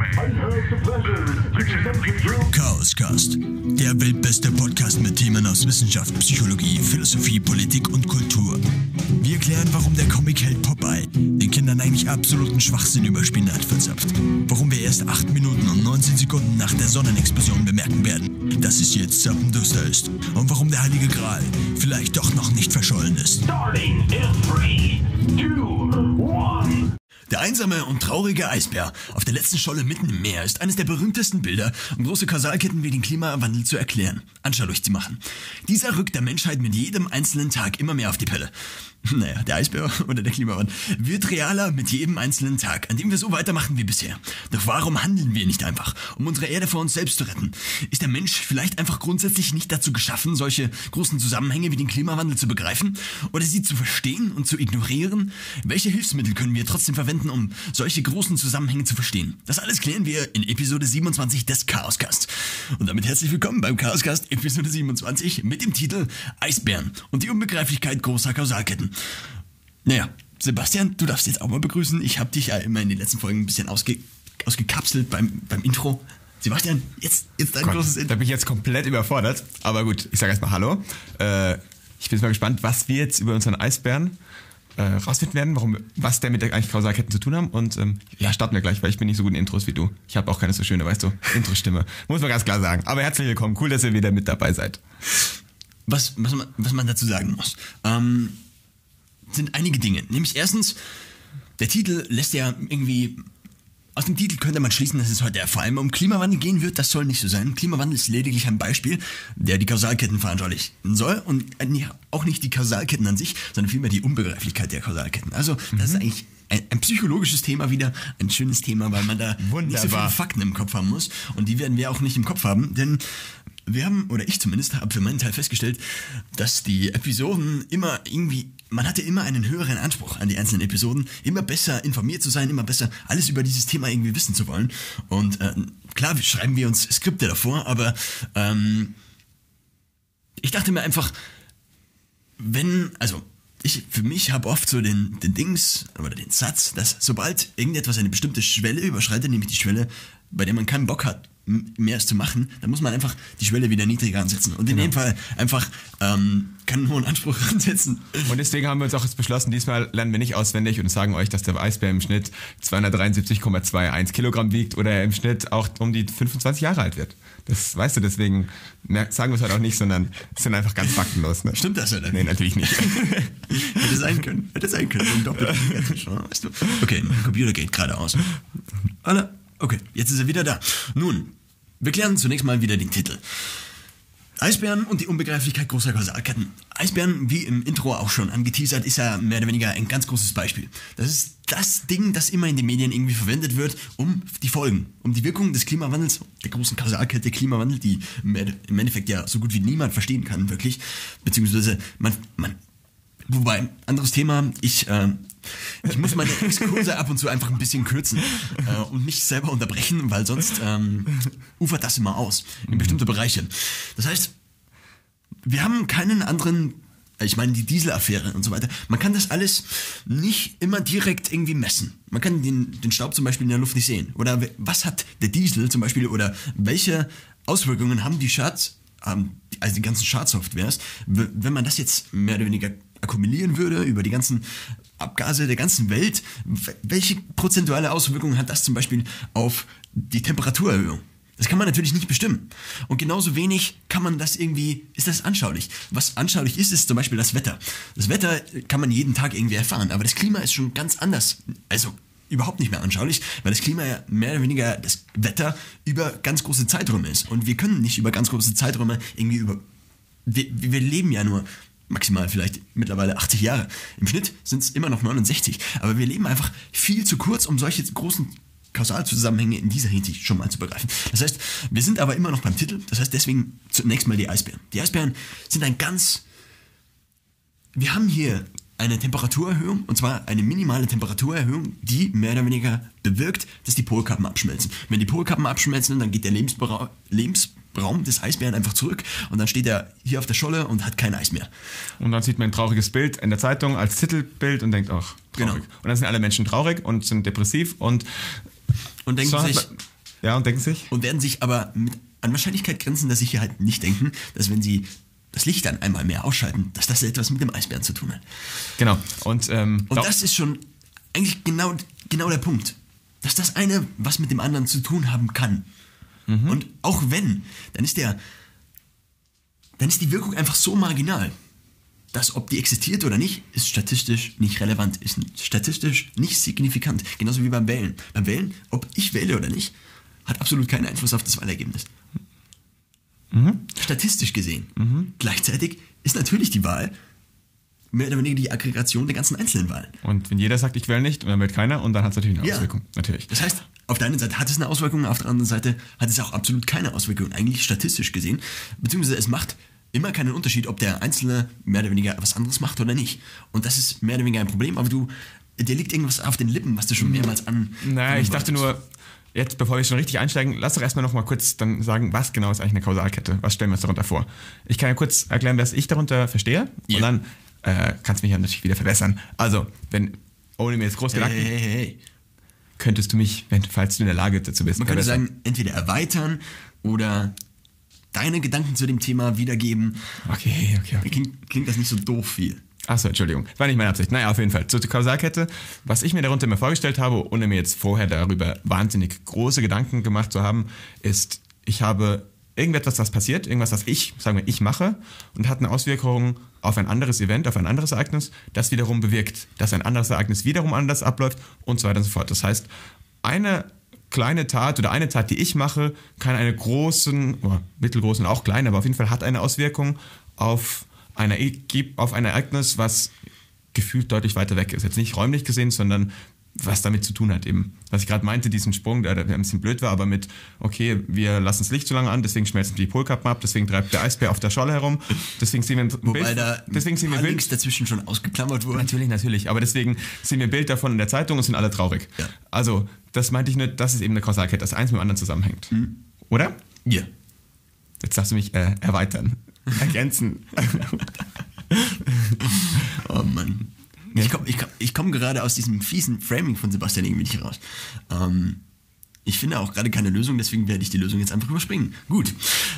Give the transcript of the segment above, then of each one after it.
Chaoscast, der weltbeste Podcast mit Themen aus Wissenschaft, Psychologie, Philosophie, Politik und Kultur. Wir erklären, warum der Comic-Held Popeye den Kindern eigentlich absoluten Schwachsinn über Spinat verzapft. Warum wir erst 8 Minuten und 19 Sekunden nach der Sonnenexplosion bemerken werden, dass es jetzt zappenduster ist. Und warum der Heilige Gral vielleicht doch noch nicht verschollen ist. Starting in 3, 2, 1. Der einsame und traurige Eisbär auf der letzten Scholle mitten im Meer ist eines der berühmtesten Bilder, um große Kausalketten wie den Klimawandel zu erklären, anschaulich zu machen. Dieser rückt der Menschheit mit jedem einzelnen Tag immer mehr auf die Pelle. Naja, der Eisbär oder der Klimawandel wird realer mit jedem einzelnen Tag, an dem wir so weitermachen wie bisher. Doch warum handeln wir nicht einfach, um unsere Erde vor uns selbst zu retten? Ist der Mensch vielleicht einfach grundsätzlich nicht dazu geschaffen, solche großen Zusammenhänge wie den Klimawandel zu begreifen? Oder sie zu verstehen und zu ignorieren? Welche Hilfsmittel können wir trotzdem verwenden, um solche großen Zusammenhänge zu verstehen? Das alles klären wir in Episode 27 des Chaoscast. Und damit herzlich willkommen beim Chaoscast Episode 27 mit dem Titel Eisbären und die Unbegreiflichkeit großer Kausalketten. Naja, Sebastian, du darfst jetzt auch mal begrüßen. Ich habe dich ja immer in den letzten Folgen ein bisschen ausgekapselt beim Intro. Sebastian, jetzt dein großes Intro. Da bin ich jetzt komplett überfordert. Aber gut, ich sage erstmal Hallo. Ich bin jetzt mal gespannt, was wir jetzt über unseren Eisbären rausfinden werden, was der mit der eigentlich Kausalketten zu tun haben. Und starten wir gleich, weil ich bin nicht so gut in Intros wie du. Ich habe auch keine so schöne, weißt du, Intro-Stimme. Muss man ganz klar sagen. Aber herzlich willkommen. Cool, dass ihr wieder mit dabei seid. Was man dazu sagen muss, sind einige Dinge. Nämlich erstens, der Titel lässt ja irgendwie... Aus dem Titel könnte man schließen, dass es heute vor allem um Klimawandel gehen wird. Das soll nicht so sein. Klimawandel ist lediglich ein Beispiel, der die Kausalketten veranschaulichen soll. Und auch nicht die Kausalketten an sich, sondern vielmehr die Unbegreiflichkeit der Kausalketten. Also das ist eigentlich ein psychologisches Thema wieder. Ein schönes Thema, weil man da nicht so viele Fakten im Kopf haben muss. Und die werden wir auch nicht im Kopf haben. Denn wir haben, oder ich zumindest, habe für meinen Teil festgestellt, dass die Episoden immer irgendwie... Man hatte immer einen höheren Anspruch an die einzelnen Episoden, immer besser informiert zu sein, immer besser alles über dieses Thema irgendwie wissen zu wollen. Und klar, schreiben wir uns Skripte davor, aber ich dachte mir einfach, für mich habe oft so den Dings oder den Satz, dass sobald irgendetwas eine bestimmte Schwelle überschreitet, nämlich die Schwelle, bei der man keinen Bock hat, mehr zu machen, dann muss man einfach die Schwelle wieder niedriger ansetzen. Und in dem Fall einfach keinen hohen Anspruch ansetzen. Und deswegen haben wir uns auch jetzt beschlossen, diesmal lernen wir nicht auswendig und sagen euch, dass der Eisbär im Schnitt 273,21 Kilogramm wiegt oder er im Schnitt auch um die 25 Jahre alt wird. Das weißt du, deswegen sagen wir es halt auch nicht, sondern es sind einfach ganz faktenlos. Ne? Stimmt das oder? Nee, natürlich nicht. Hätte sein können. Weißt du? Okay, mein Computer geht gerade aus. Okay, jetzt ist er wieder da. Nun, wir klären zunächst mal wieder den Titel. Eisbären und die Unbegreiflichkeit großer Kausalketten. Eisbären, wie im Intro auch schon angeteasert, ist ja mehr oder weniger ein ganz großes Beispiel. Das ist das Ding, das immer in den Medien irgendwie verwendet wird, um die Folgen, um die Wirkung des Klimawandels, der großen Kausalkette Klimawandel, die im Endeffekt ja so gut wie niemand verstehen kann, wirklich. Beziehungsweise wobei, anderes Thema, ich muss meine Exkurse ab und zu einfach ein bisschen kürzen und mich selber unterbrechen, weil sonst ufert das immer aus in bestimmte Bereiche. Das heißt, wir haben keinen anderen, ich meine die Dieselaffäre und so weiter, man kann das alles nicht immer direkt irgendwie messen. Man kann den Staub zum Beispiel in der Luft nicht sehen. Oder was hat der Diesel zum Beispiel, oder welche Auswirkungen haben die also die ganzen Schadsoftwares, wenn man das jetzt mehr oder weniger akkumulieren würde über die ganzen Abgase der ganzen Welt, welche prozentuale Auswirkungen hat das zum Beispiel auf die Temperaturerhöhung? Das kann man natürlich nicht bestimmen. Und genauso wenig ist das anschaulich. Was anschaulich ist zum Beispiel das Wetter. Das Wetter kann man jeden Tag irgendwie erfahren, aber das Klima ist schon ganz anders. Also überhaupt nicht mehr anschaulich, weil das Klima ja mehr oder weniger das Wetter über ganz große Zeiträume ist. Und wir können nicht über ganz große Zeiträume wir leben ja nur maximal vielleicht mittlerweile 80 Jahre. Im Schnitt sind es immer noch 69. Aber wir leben einfach viel zu kurz, um solche großen Kausalzusammenhänge in dieser Hinsicht schon mal zu begreifen. Das heißt, wir sind aber immer noch beim Titel. Das heißt deswegen zunächst mal die Eisbären. Die Eisbären sind wir haben hier eine Temperaturerhöhung, und zwar eine minimale Temperaturerhöhung, die mehr oder weniger bewirkt, dass die Polkappen abschmelzen. Wenn die Polkappen abschmelzen, dann geht der Lebensraum des Eisbären einfach zurück und dann steht er hier auf der Scholle und hat kein Eis mehr. Und dann sieht man ein trauriges Bild in der Zeitung als Titelbild und denkt, ach, traurig. Genau. Und dann sind alle Menschen traurig und sind depressiv und denken sich, Ja, und denken sich? Und werden sich aber an Wahrscheinlichkeit grenzender Sicherheit nicht denken, dass wenn sie das Licht dann einmal mehr ausschalten, dass das etwas mit dem Eisbären zu tun hat. Genau. Und das ist schon eigentlich genau der Punkt. Dass das eine was mit dem anderen zu tun haben kann. Und auch wenn, dann ist die Wirkung einfach so marginal, dass ob die existiert oder nicht, ist statistisch nicht relevant, ist statistisch nicht signifikant. Genauso wie beim Wählen. Beim Wählen, ob ich wähle oder nicht, hat absolut keinen Einfluss auf das Wahlergebnis. Statistisch gesehen. Gleichzeitig ist natürlich die Wahl mehr oder weniger die Aggregation der ganzen einzelnen Wahlen. Und wenn jeder sagt, ich wähle nicht, und dann wählt keiner, und dann hat es natürlich eine Auswirkung. Natürlich. Das heißt, auf der einen Seite hat es eine Auswirkung, auf der anderen Seite hat es auch absolut keine Auswirkung, eigentlich statistisch gesehen. Beziehungsweise es macht immer keinen Unterschied, ob der Einzelne mehr oder weniger was anderes macht oder nicht. Und das ist mehr oder weniger ein Problem, aber dir liegt irgendwas auf den Lippen, was du schon mehrmals Naja, ich dachte nur, jetzt, bevor wir schon richtig einsteigen, lass doch erstmal noch mal kurz dann sagen, was genau ist eigentlich eine Kausalkette? Was stellen wir uns darunter vor? Ich kann ja kurz erklären, was ich darunter verstehe. Ja. Und dann kannst du mich ja natürlich wieder verbessern. Also, ohne mir jetzt groß Gedanken... Hey. Könntest du mich, falls du in der Lage dazu bist... Man könnte sagen, entweder erweitern oder deine Gedanken zu dem Thema wiedergeben. Okay. Klingt das nicht so doof viel? Achso, Entschuldigung. War nicht meine Absicht. Naja, auf jeden Fall. Zur Kausalkette. Was ich mir darunter immer vorgestellt habe, ohne mir jetzt vorher darüber wahnsinnig große Gedanken gemacht zu haben, ist, ich habe irgendetwas, was passiert, irgendwas, was ich mache und hat eine Auswirkung auf ein anderes Event, auf ein anderes Ereignis, das wiederum bewirkt, dass ein anderes Ereignis wiederum anders abläuft und so weiter und so fort. Das heißt, eine kleine Tat oder eine Tat, die ich mache, kann eine großen, oder mittelgroßen, auch klein, aber auf jeden Fall hat eine Auswirkung auf ein Ereignis, was gefühlt deutlich weiter weg ist. Jetzt nicht räumlich gesehen, sondern was damit zu tun hat eben. Was ich gerade meinte, diesen Sprung, der ein bisschen blöd war, aber mit, okay, wir lassen das Licht so lange an, deswegen schmelzen die Polkappen ab, deswegen treibt der Eisbär auf der Scholle herum, deswegen sehen wir ein Wobei da Links dazwischen schon ausgeklammert wurden. Natürlich, aber deswegen sehen wir ein Bild davon in der Zeitung und sind alle traurig. Ja. Also, das meinte ich nicht, das ist eben eine Kausalkette, dass eins mit dem anderen zusammenhängt. Oder? Ja. Jetzt darfst du mich erweitern, ergänzen. Oh Mann. Ich komm gerade aus diesem fiesen Framing von Sebastian irgendwie nicht raus. Ich finde auch gerade keine Lösung, deswegen werde ich die Lösung jetzt einfach überspringen. Gut.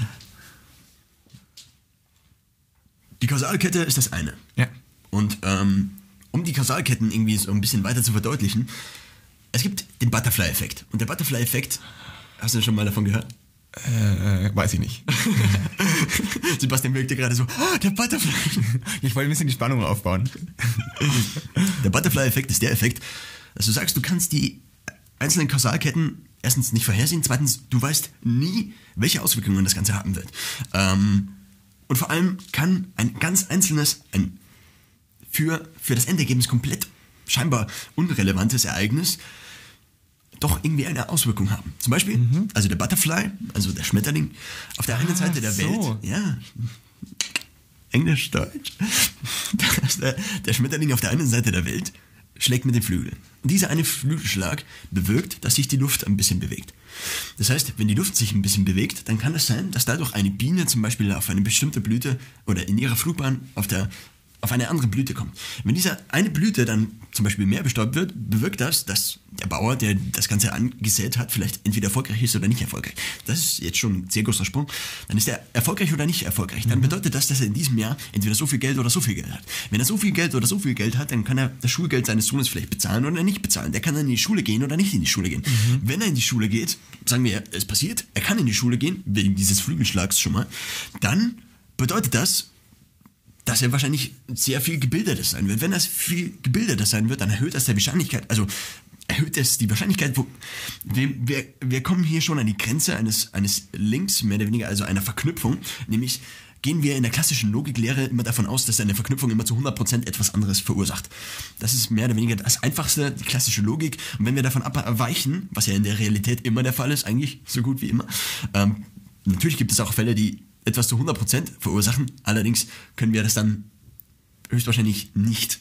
Die Kausalkette ist das eine. Ja. Und um die Kausalketten irgendwie so ein bisschen weiter zu verdeutlichen, es gibt den Butterfly-Effekt. Und der Butterfly-Effekt, hast du schon mal davon gehört? Weiß ich nicht. Sebastian wirkte gerade so, der Butterfly. Ich wollte ein bisschen die Spannung aufbauen. Der Butterfly-Effekt ist der Effekt, dass du sagst, du kannst die einzelnen Kausalketten erstens nicht vorhersehen, zweitens, du weißt nie, welche Auswirkungen das Ganze haben wird. Und vor allem kann ein ganz einzelnes, für das Endergebnis komplett scheinbar unrelevantes Ereignis doch irgendwie eine Auswirkung haben. Zum Beispiel, also der Butterfly, also der Schmetterling, auf der einen Seite der Welt, ja, Englisch, Deutsch, der Schmetterling auf der einen Seite der Welt schlägt mit den Flügeln. Und dieser eine Flügelschlag bewirkt, dass sich die Luft ein bisschen bewegt. Das heißt, wenn die Luft sich ein bisschen bewegt, dann kann es sein, dass dadurch eine Biene zum Beispiel auf eine bestimmte Blüte oder in ihrer Flugbahn auf eine andere Blüte kommt. Wenn diese eine Blüte dann zum Beispiel mehr bestäubt wird, bewirkt das, dass der Bauer, der das Ganze angesät hat, vielleicht entweder erfolgreich ist oder nicht erfolgreich. Das ist jetzt schon ein sehr großer Sprung. Dann ist er erfolgreich oder nicht erfolgreich. Dann bedeutet das, dass er in diesem Jahr entweder so viel Geld oder so viel Geld hat. Wenn er so viel Geld oder so viel Geld hat, dann kann er das Schulgeld seines Sohnes vielleicht bezahlen oder nicht bezahlen. Der kann dann in die Schule gehen oder nicht in die Schule gehen. Wenn er in die Schule geht, sagen wir, es passiert, er kann in die Schule gehen, wegen dieses Flügelschlags schon mal, dann bedeutet das, dass er wahrscheinlich sehr viel gebildeter sein wird. Wenn er viel gebildeter sein wird, dann erhöht das die Wahrscheinlichkeit, wir kommen hier schon an die Grenze eines Links, mehr oder weniger, also einer Verknüpfung, nämlich gehen wir in der klassischen Logiklehre immer davon aus, dass eine Verknüpfung immer zu 100% etwas anderes verursacht. Das ist mehr oder weniger das Einfachste, die klassische Logik. Und wenn wir davon abweichen, was ja in der Realität immer der Fall ist, eigentlich so gut wie immer, natürlich gibt es auch Fälle, die etwas zu 100% verursachen. Allerdings können wir das dann höchstwahrscheinlich nicht.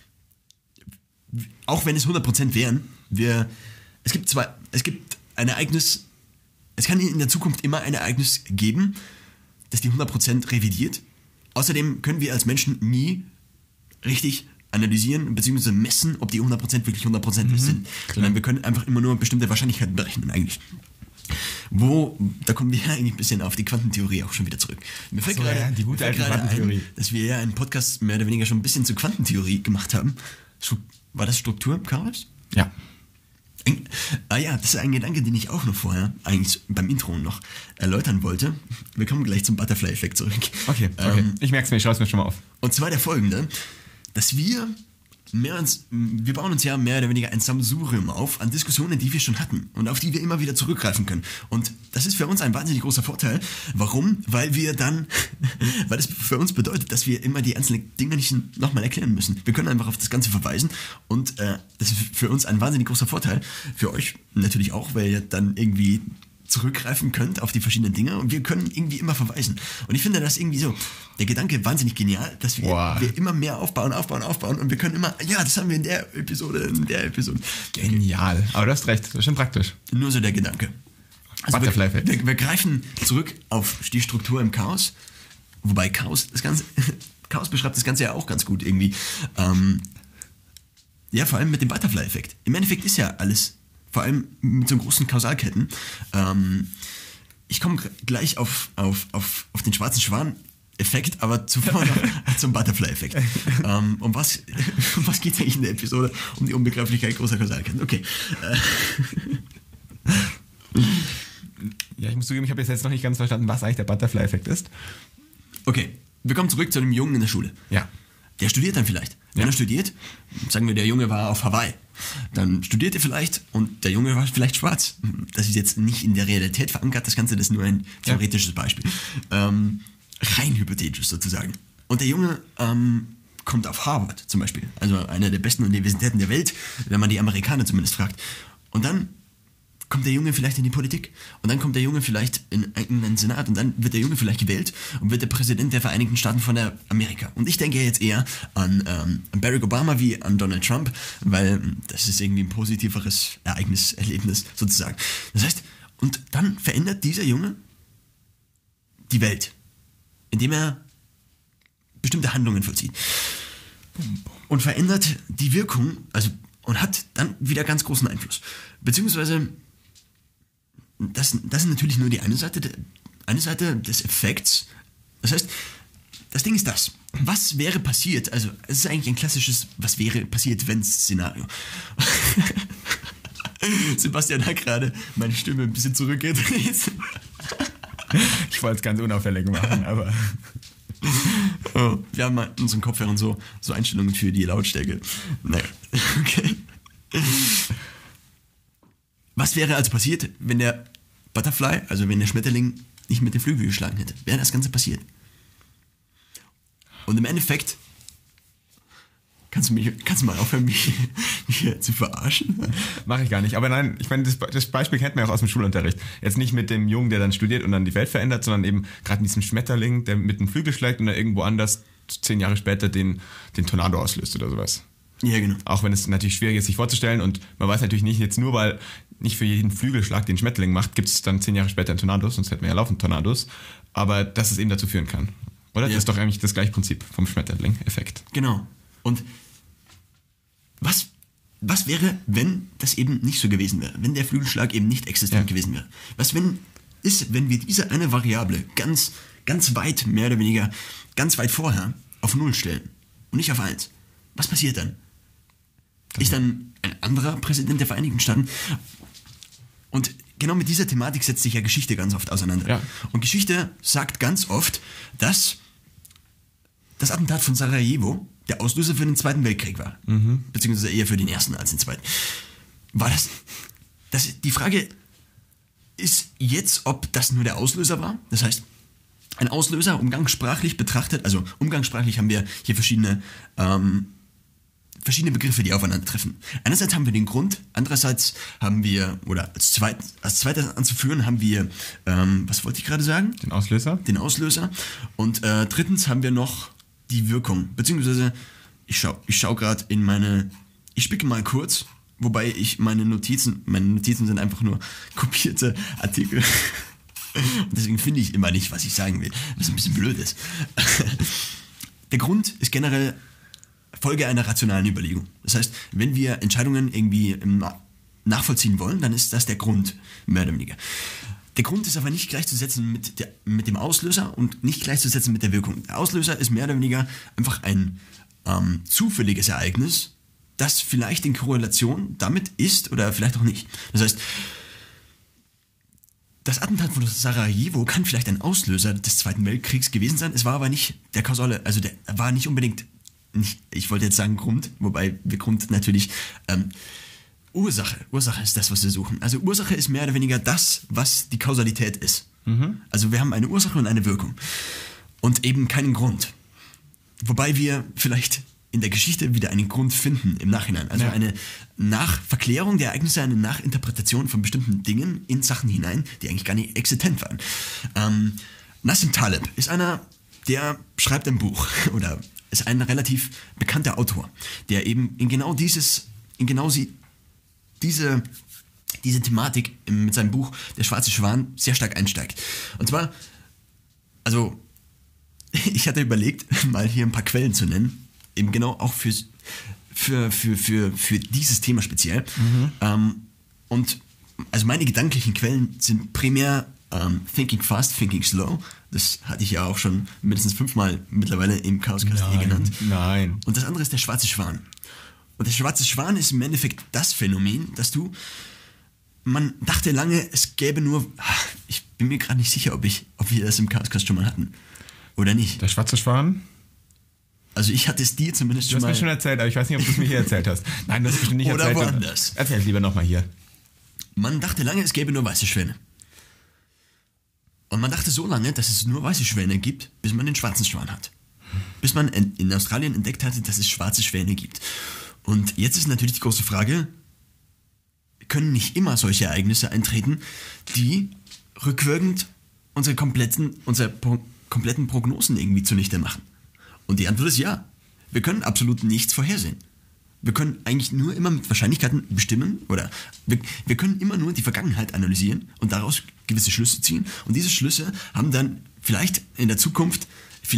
Auch wenn es 100% wären, es gibt ein Ereignis, es kann in der Zukunft immer ein Ereignis geben, das die 100% revidiert. Außerdem können wir als Menschen nie richtig analysieren bzw. messen, ob die 100% wirklich 100% sind. Sondern wir können einfach immer nur bestimmte Wahrscheinlichkeiten berechnen eigentlich. da kommen wir ja eigentlich ein bisschen auf die Quantentheorie auch schon wieder zurück. Mir fällt gerade die gute alte Quantentheorie. ein, dass wir ja einen Podcast mehr oder weniger schon ein bisschen zur Quantentheorie gemacht haben. War das Struktur im Chaos? Ja. Ja, das ist ein Gedanke, den ich auch noch vorher, eigentlich beim Intro noch erläutern wollte. Wir kommen gleich zum Butterfly-Effekt zurück. Okay. Ich merke es mir, ich schaue es mir schon mal auf. Und zwar der folgende, dass wir bauen uns ja mehr oder weniger ein Sammelsurium auf an Diskussionen, die wir schon hatten und auf die wir immer wieder zurückgreifen können. Und das ist für uns ein wahnsinnig großer Vorteil. Warum? Weil es für uns bedeutet, dass wir immer die einzelnen Dinge nicht nochmal erklären müssen. Wir können einfach auf das Ganze verweisen und das ist für uns ein wahnsinnig großer Vorteil. Für euch natürlich auch, weil ihr dann irgendwie zurückgreifen könnt auf die verschiedenen Dinge und wir können irgendwie immer verweisen. Und ich finde das irgendwie so, der Gedanke wahnsinnig genial, dass wir immer mehr aufbauen und wir können immer, ja, das haben wir in der Episode. Genial. Aber du hast recht, das ist schon praktisch. Nur so der Gedanke. Also wir greifen zurück auf die Struktur im Chaos, wobei Chaos beschreibt das Ganze ja auch ganz gut irgendwie. Ja, vor allem mit dem Butterfly-Effekt. Im Endeffekt ist ja alles, vor allem mit so großen Kausalketten. Ich komme gleich auf den schwarzen Schwan-Effekt, aber zuvor noch zum Butterfly-Effekt. Um was geht es eigentlich in der Episode? Um die Unbegreiflichkeit großer Kausalketten. Okay. Ja, ich muss zugeben, ich habe jetzt noch nicht ganz verstanden, was eigentlich der Butterfly-Effekt ist. Okay, wir kommen zurück zu dem Jungen in der Schule. Ja. Der studiert dann vielleicht. Wenn er studiert, sagen wir, der Junge war auf Hawaii, dann studiert er vielleicht und der Junge war vielleicht schwarz. Das ist jetzt nicht in der Realität verankert, das Ganze, das ist nur ein theoretisches Beispiel. Rein hypothetisch sozusagen. Und der Junge kommt auf Harvard zum Beispiel, also eine der besten Universitäten der Welt, wenn man die Amerikaner zumindest fragt. Und dann kommt der Junge vielleicht in die Politik und dann kommt der Junge vielleicht in einen Senat und dann wird der Junge vielleicht gewählt und wird der Präsident der Vereinigten Staaten von der Amerika. Und ich denke jetzt eher an Barack Obama wie an Donald Trump, weil das ist irgendwie ein positiveres Erlebnis sozusagen. Das heißt, und dann verändert dieser Junge die Welt, indem er bestimmte Handlungen vollzieht und verändert die Wirkung, also und hat dann wieder ganz großen Einfluss. Beziehungsweise das ist natürlich nur die eine Seite des Effekts. Das heißt, das Ding ist das. Was wäre passiert? Also, es ist eigentlich ein klassisches Was wäre passiert, wenn Szenario. Sebastian hat gerade meine Stimme ein bisschen zurückgedreht. Ich wollte es ganz unauffällig machen, aber... Oh, wir haben mal in unseren Kopfhörern so Einstellungen für die Lautstärke. Naja, okay. Was wäre also passiert, wenn der Butterfly, also wenn der Schmetterling nicht mit den Flügeln geschlagen hätte? Wäre das Ganze passiert? Und im Endeffekt kannst du mal aufhören, mich hier zu verarschen? Mache ich gar nicht. Aber nein, ich meine, das Beispiel kennt man ja auch aus dem Schulunterricht. Jetzt nicht mit dem Jungen, der dann studiert und dann die Welt verändert, sondern eben gerade mit diesem Schmetterling, der mit dem Flügel schlägt und dann irgendwo anders 10 Jahre später den Tornado auslöst oder sowas. Ja, genau. Auch wenn es natürlich schwierig ist, sich vorzustellen und man weiß natürlich nicht, jetzt nur weil nicht für jeden Flügelschlag den Schmetterling macht, gibt es dann 10 Jahre später einen Tornado, sonst hätten wir ja laufend Tornados, aber dass es eben dazu führen kann. Oder? Ja. Das ist doch eigentlich das gleiche Prinzip vom Schmetterling-Effekt. Genau. Und was wäre, wenn das eben nicht so gewesen wäre? Wenn der Flügelschlag eben nicht existent gewesen wäre? Wenn wir diese eine Variable ganz, ganz weit, mehr oder weniger, ganz weit vorher auf 0 stellen und nicht auf 1? Was passiert dann? Ist dann ein anderer Präsident der Vereinigten Staaten? Und genau mit dieser Thematik setzt sich ja Geschichte ganz oft auseinander. Ja. Und Geschichte sagt ganz oft, dass das Attentat von Sarajevo der Auslöser für den Zweiten Weltkrieg war. Beziehungsweise eher für den ersten als den zweiten. War die Frage ist jetzt, ob das nur der Auslöser war. Das heißt, ein Auslöser, umgangssprachlich betrachtet, also umgangssprachlich haben wir hier verschiedene Begriffe, die aufeinandertreffen. Einerseits haben wir den Grund, andererseits haben wir, oder als zweites anzuführen, haben wir, was wollte ich gerade sagen? Den Auslöser. Den Auslöser. Und drittens haben wir noch die Wirkung. Beziehungsweise, ich schau gerade ich spicke mal kurz, wobei meine Notizen sind einfach nur kopierte Artikel. Und deswegen finde ich immer nicht, was ich sagen will, was ein bisschen blöd ist. Der Grund ist generell Folge einer rationalen Überlegung. Das heißt, wenn wir Entscheidungen irgendwie nachvollziehen wollen, dann ist das der Grund, mehr oder weniger. Der Grund ist aber nicht gleichzusetzen mit dem Auslöser und nicht gleichzusetzen mit der Wirkung. Der Auslöser ist mehr oder weniger einfach ein zufälliges Ereignis, das vielleicht in Korrelation damit ist oder vielleicht auch nicht. Das heißt, das Attentat von Sarajevo kann vielleicht ein Auslöser des Zweiten Weltkriegs gewesen sein. Es war aber nicht der kausale, also der war nicht unbedingt, ich wollte jetzt sagen Grund, wobei wir Grund natürlich, Ursache ist das, was wir suchen. Also Ursache ist mehr oder weniger das, was die Kausalität ist. Also wir haben eine Ursache und eine Wirkung und eben keinen Grund. Wobei wir vielleicht in der Geschichte wieder einen Grund finden im Nachhinein. Also eine Nachverklärung der Ereignisse, eine Nachinterpretation von bestimmten Dingen in Sachen hinein, die eigentlich gar nicht existent waren. Nassim Taleb ist einer, der schreibt ein Buch oder ist ein relativ bekannter Autor, der eben in diese Thematik mit seinem Buch Der schwarze Schwan sehr stark einsteigt. Und zwar, also ich hatte überlegt, mal hier ein paar Quellen zu nennen, eben genau auch für dieses Thema speziell. Und also meine gedanklichen Quellen sind primär Thinking Fast, Thinking Slow. Das hatte ich ja auch schon mindestens 5-mal mittlerweile im Chaoscast hier genannt. Nein. Und das andere ist der schwarze Schwan. Und der schwarze Schwan ist im Endeffekt das Phänomen, dass man dachte lange, es gäbe nur, ich bin mir gerade nicht sicher, ob wir das im Chaoscast schon mal hatten oder nicht. Der schwarze Schwan? Also ich hatte es dir zumindest schon mal... Du hast mir schon erzählt, aber ich weiß nicht, ob du es mir hier erzählt hast. Nein, du hast es bestimmt nicht erzählt. Oder woanders. Erzähl es lieber nochmal hier. Man dachte lange, es gäbe nur weiße Schwäne. Und man dachte so lange, dass es nur weiße Schwäne gibt, bis man den schwarzen Schwan hat. Bis man in Australien entdeckt hatte, dass es schwarze Schwäne gibt. Und jetzt ist natürlich die große Frage, können nicht immer solche Ereignisse eintreten, die rückwirkend unsere kompletten Prognosen irgendwie zunichte machen? Und die Antwort ist ja. Wir können absolut nichts vorhersehen. Wir können eigentlich nur immer mit Wahrscheinlichkeiten bestimmen oder wir können immer nur die Vergangenheit analysieren und daraus gewisse Schlüsse ziehen. Und diese Schlüsse haben dann vielleicht in der Zukunft,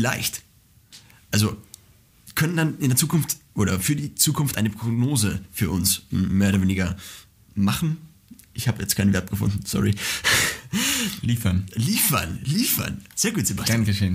können dann in der Zukunft oder für die Zukunft eine Prognose für uns mehr oder weniger machen. Ich habe jetzt kein Verb gefunden, sorry. Liefern. Sehr gut, Sebastian. Gern geschehen.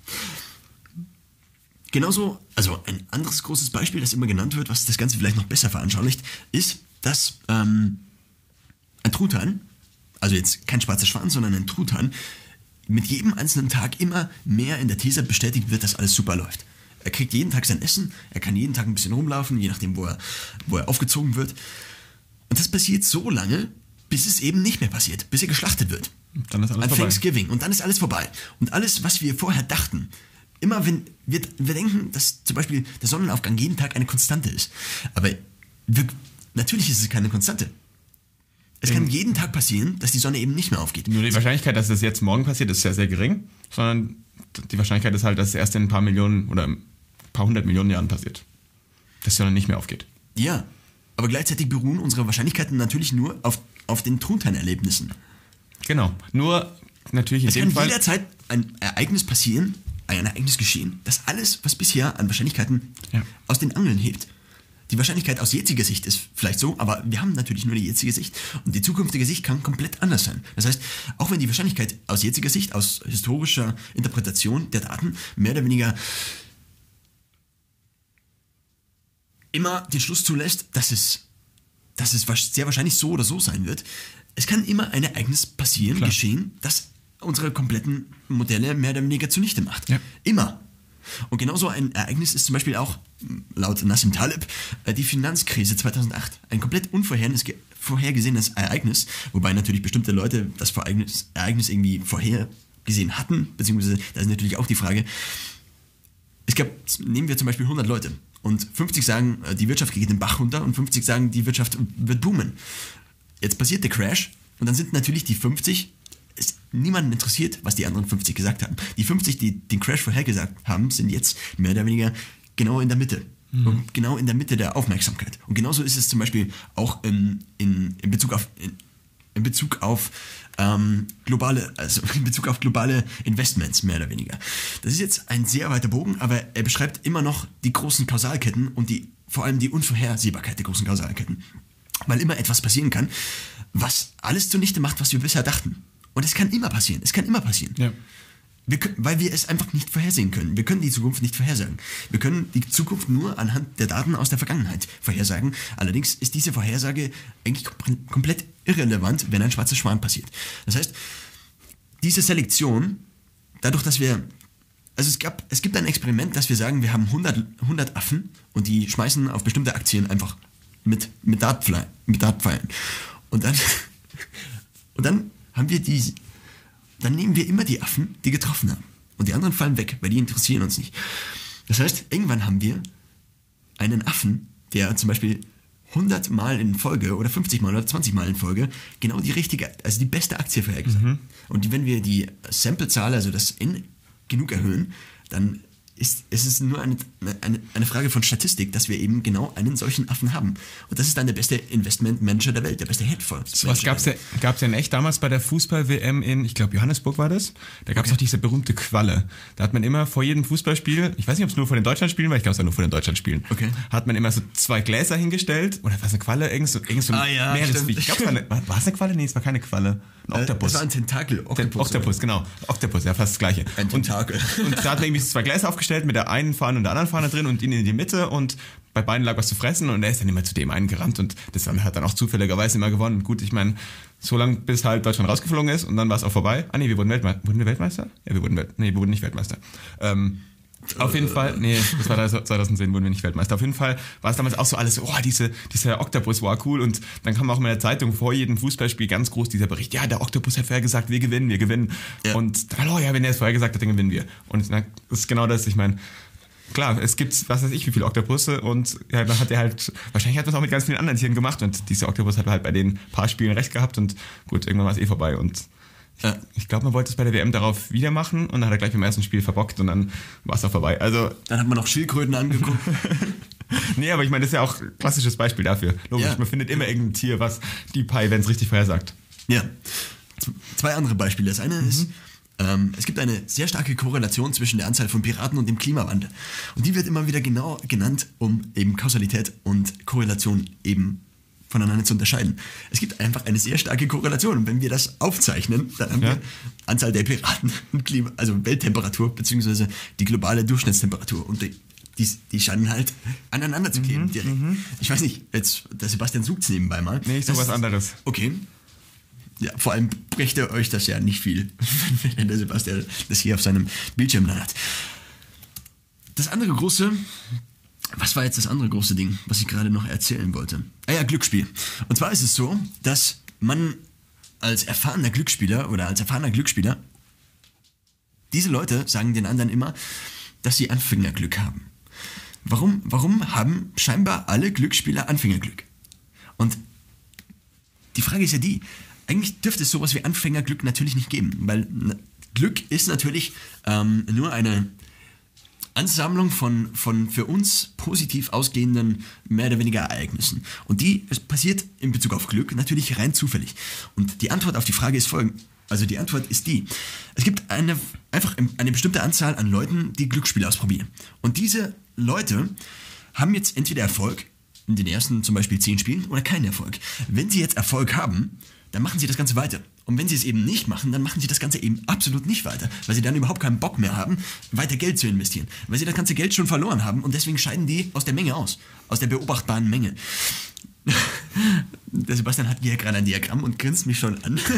Genauso, also ein anderes großes Beispiel, das immer genannt wird, was das Ganze vielleicht noch besser veranschaulicht, ist, dass ein Truthahn, also jetzt kein schwarzer Schwan, sondern ein Truthahn, mit jedem einzelnen Tag immer mehr in der These bestätigt wird, dass alles super läuft. Er kriegt jeden Tag sein Essen, er kann jeden Tag ein bisschen rumlaufen, je nachdem, wo er aufgezogen wird. Und das passiert so lange, bis es eben nicht mehr passiert, bis er geschlachtet wird. Dann ist alles an vorbei. Thanksgiving. Und dann ist alles vorbei. Und alles, was wir vorher dachten, immer wenn wir denken, dass zum Beispiel der Sonnenaufgang jeden Tag eine Konstante ist. Aber natürlich ist es keine Konstante. Es kann jeden Tag passieren, dass die Sonne eben nicht mehr aufgeht. Nur die Wahrscheinlichkeit, dass das jetzt morgen passiert, ist sehr, sehr gering. Sondern die Wahrscheinlichkeit ist halt, dass es erst in ein paar Millionen oder ein paar 100 Millionen Jahren passiert. Dass die Sonne nicht mehr aufgeht. Ja, aber gleichzeitig beruhen unsere Wahrscheinlichkeiten natürlich nur auf den Truthahn-Erlebnissen. Genau. Nur natürlich in es dem kann Fall... jederzeit ein Ereignis passieren, ein Ereignis geschehen, das alles, was bisher an Wahrscheinlichkeiten aus den Angeln hebt. Die Wahrscheinlichkeit aus jetziger Sicht ist vielleicht so, aber wir haben natürlich nur die jetzige Sicht und die zukünftige Sicht kann komplett anders sein. Das heißt, auch wenn die Wahrscheinlichkeit aus jetziger Sicht, aus historischer Interpretation der Daten mehr oder weniger immer den Schluss zulässt, dass es sehr wahrscheinlich so oder so sein wird, es kann immer ein Ereignis passieren, geschehen, das unsere kompletten Modelle mehr oder weniger zunichte macht. Ja. Immer. Und genauso ein Ereignis ist zum Beispiel auch, laut Nassim Taleb, die Finanzkrise 2008. Ein komplett unvorhergesehenes Ereignis, wobei natürlich bestimmte Leute das Ereignis irgendwie vorhergesehen hatten, beziehungsweise da ist natürlich auch die Frage, nehmen wir zum Beispiel 100 Leute und 50 sagen, die Wirtschaft geht den Bach runter und 50 sagen, die Wirtschaft wird boomen. Jetzt passiert der Crash und dann sind natürlich die 50, ist niemanden interessiert, was die anderen 50 gesagt haben. Die 50, die den Crash vorhergesagt haben, sind jetzt mehr oder weniger genau in der Mitte. Und genau in der Mitte der Aufmerksamkeit. Und genauso ist es zum Beispiel auch in Bezug auf globale Investments, mehr oder weniger. Das ist jetzt ein sehr weiter Bogen, aber er beschreibt immer noch die großen Kausalketten und vor allem die Unvorhersehbarkeit der großen Kausalketten. Weil immer etwas passieren kann, was alles zunichte macht, was wir bisher dachten. Und es kann immer passieren. Es kann immer passieren. Ja. Weil wir es einfach nicht vorhersehen können. Wir können die Zukunft nicht vorhersagen. Wir können die Zukunft nur anhand der Daten aus der Vergangenheit vorhersagen. Allerdings ist diese Vorhersage eigentlich komplett irrelevant, wenn ein schwarzer Schwan passiert. Das heißt, diese Selektion, dadurch, dass wir... Also es gibt ein Experiment, dass wir sagen, wir haben 100 Affen und die schmeißen auf bestimmte Aktien einfach mit Dartpfeilen. Und dann haben wir dann nehmen wir immer die Affen, die getroffen haben. Und die anderen fallen weg, weil die interessieren uns nicht. Das heißt, irgendwann haben wir einen Affen, der zum Beispiel 100 Mal in Folge oder 50 Mal oder 20 Mal in Folge genau die beste Aktie vorhergesagt. Und wenn wir die Samplezahl, also das N, genug erhöhen, dann ist es nur eine Frage von Statistik, dass wir eben genau einen solchen Affen haben. Und das ist dann der beste Investmentmanager der Welt, der beste Hedgefonds. So was gab's ja in echt damals bei der Fußball-WM in, ich glaube, Johannesburg war das. Da gab es auch diese berühmte Qualle. Da hat man immer vor jedem Fußballspiel, ich weiß nicht, ob es nur vor den Deutschlandspielen war, ich glaube, es war nur vor den Deutschlandspielen, hat man immer so 2 Gläser hingestellt, oder was, eine Qualle? Irgend so ein Meeresviech. Ich glaube, war es eine Qualle? Nee, es war keine Qualle. Ein Oktopus. Das war ein Tentakel. Oktopus, genau. Oktopus, ja, fast das Gleiche. Ein Tentakel. Und da hat man irgendwie 2 Gläser aufgestellt mit der einen Fahne und der anderen Fahne drin und ihn in die Mitte und bei beiden lag was zu fressen und er ist dann immer zu dem einen gerannt und das hat dann auch zufälligerweise immer gewonnen. Gut, ich meine, so lange bis halt Deutschland rausgeflogen ist und dann war es auch vorbei. Ah nee, wir wurden Weltmeister. Wurden wir Weltmeister? Ja, wir wurden nicht Weltmeister. Auf jeden Fall, nee, das war 2010, wurden wir nicht Weltmeister. Auf jeden Fall war es damals auch so alles so, dieser Oktopus war cool und dann kam auch in der Zeitung vor jedem Fußballspiel ganz groß dieser Bericht, ja, der Oktopus hat vorher gesagt, wir gewinnen. Ja. Und dann, wenn er es vorher gesagt hat, dann gewinnen wir. Und das ist genau das, ich meine, klar, es gibt, was weiß ich, wie viele Oktopusse und ja, dann hat er halt, wahrscheinlich hat man es auch mit ganz vielen anderen Tieren gemacht und dieser Oktopus hat halt bei den paar Spielen recht gehabt und gut, irgendwann war es vorbei und ich glaube, man wollte es bei der WM darauf wieder machen und dann hat er gleich beim ersten Spiel verbockt und dann war es auch vorbei. Also dann hat man noch Schildkröten angeguckt. Nee, aber ich meine, das ist ja auch ein klassisches Beispiel dafür. Logisch, man findet immer irgendein Tier, was die Events richtig vorhersagt. Ja. 2 andere Beispiele. Das eine ist, es gibt eine sehr starke Korrelation zwischen der Anzahl von Piraten und dem Klimawandel. Und die wird immer wieder genau genannt, um eben Kausalität und Korrelation eben voneinander zu unterscheiden. Es gibt einfach eine sehr starke Korrelation und wenn wir das aufzeichnen, dann haben wir Anzahl der Piraten und also Welttemperatur beziehungsweise die globale Durchschnittstemperatur und die scheinen halt aneinander zu kleben direkt. Ich weiß nicht, jetzt der Sebastian sucht's nebenbei mal. Nee, ist sowas anderes. Okay. Ja, vor allem brächte euch das ja nicht viel, wenn der Sebastian das hier auf seinem Bildschirm dann hat. Das andere große... Was war jetzt das andere große Ding, was ich gerade noch erzählen wollte? Glücksspiel. Und zwar ist es so, dass man als erfahrener Glücksspieler, diese Leute sagen den anderen immer, dass sie Anfängerglück haben. Warum haben scheinbar alle Glücksspieler Anfängerglück? Und die Frage ist ja die, eigentlich dürfte es sowas wie Anfängerglück natürlich nicht geben, weil Glück ist natürlich nur eine Ansammlung von für uns positiv ausgehenden, mehr oder weniger Ereignissen. Und es passiert in Bezug auf Glück natürlich rein zufällig. Und die Antwort auf die Frage ist folgende. Also die Antwort ist die. Es gibt einfach eine bestimmte Anzahl an Leuten, die Glücksspiele ausprobieren. Und diese Leute haben jetzt entweder Erfolg in den ersten zum Beispiel 10 Spielen oder keinen Erfolg. Wenn sie jetzt Erfolg haben, dann machen sie das Ganze weiter. Und wenn sie es eben nicht machen, dann machen sie das Ganze eben absolut nicht weiter, weil sie dann überhaupt keinen Bock mehr haben, weiter Geld zu investieren, weil sie das ganze Geld schon verloren haben und deswegen scheiden die aus der Menge aus, aus der beobachtbaren Menge. Der Sebastian hat hier gerade ein Diagramm und grinst mich schon an.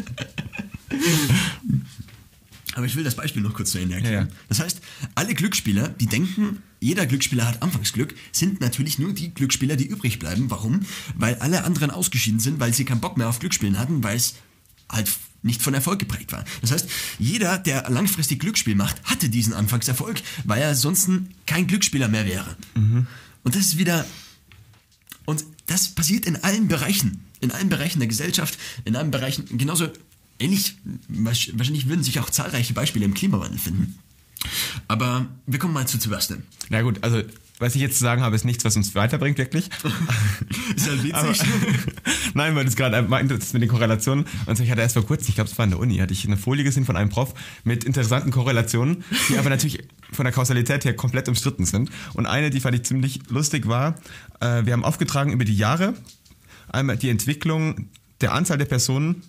Aber ich will das Beispiel noch kurz zu Ende erklären. Ja. Das heißt, alle Glücksspieler, die denken, jeder Glücksspieler hat Anfangsglück, sind natürlich nur die Glücksspieler, die übrig bleiben. Warum? Weil alle anderen ausgeschieden sind, weil sie keinen Bock mehr auf Glücksspielen hatten, weil es halt nicht von Erfolg geprägt war. Das heißt, jeder, der langfristig Glücksspiel macht, hatte diesen Anfangserfolg, weil er sonst kein Glücksspieler mehr wäre. Und das ist wieder... Und das passiert in allen Bereichen der Gesellschaft, in allen Bereichen genauso ähnlich. Wahrscheinlich würden sich auch zahlreiche Beispiele im Klimawandel finden. Aber wir kommen mal zu Sebastian. Na gut, also was ich jetzt zu sagen habe, ist nichts, was uns weiterbringt, wirklich. Ist halt witzig. Nein, weil du es gerade meintest mit den Korrelationen. Und ich hatte erst vor kurzem, ich glaube es war in der Uni, hatte ich eine Folie gesehen von einem Prof mit interessanten Korrelationen, die aber natürlich von der Kausalität her komplett umstritten sind. Und eine, die fand ich ziemlich lustig, war, wir haben aufgetragen über die Jahre einmal die Entwicklung der Anzahl der Personen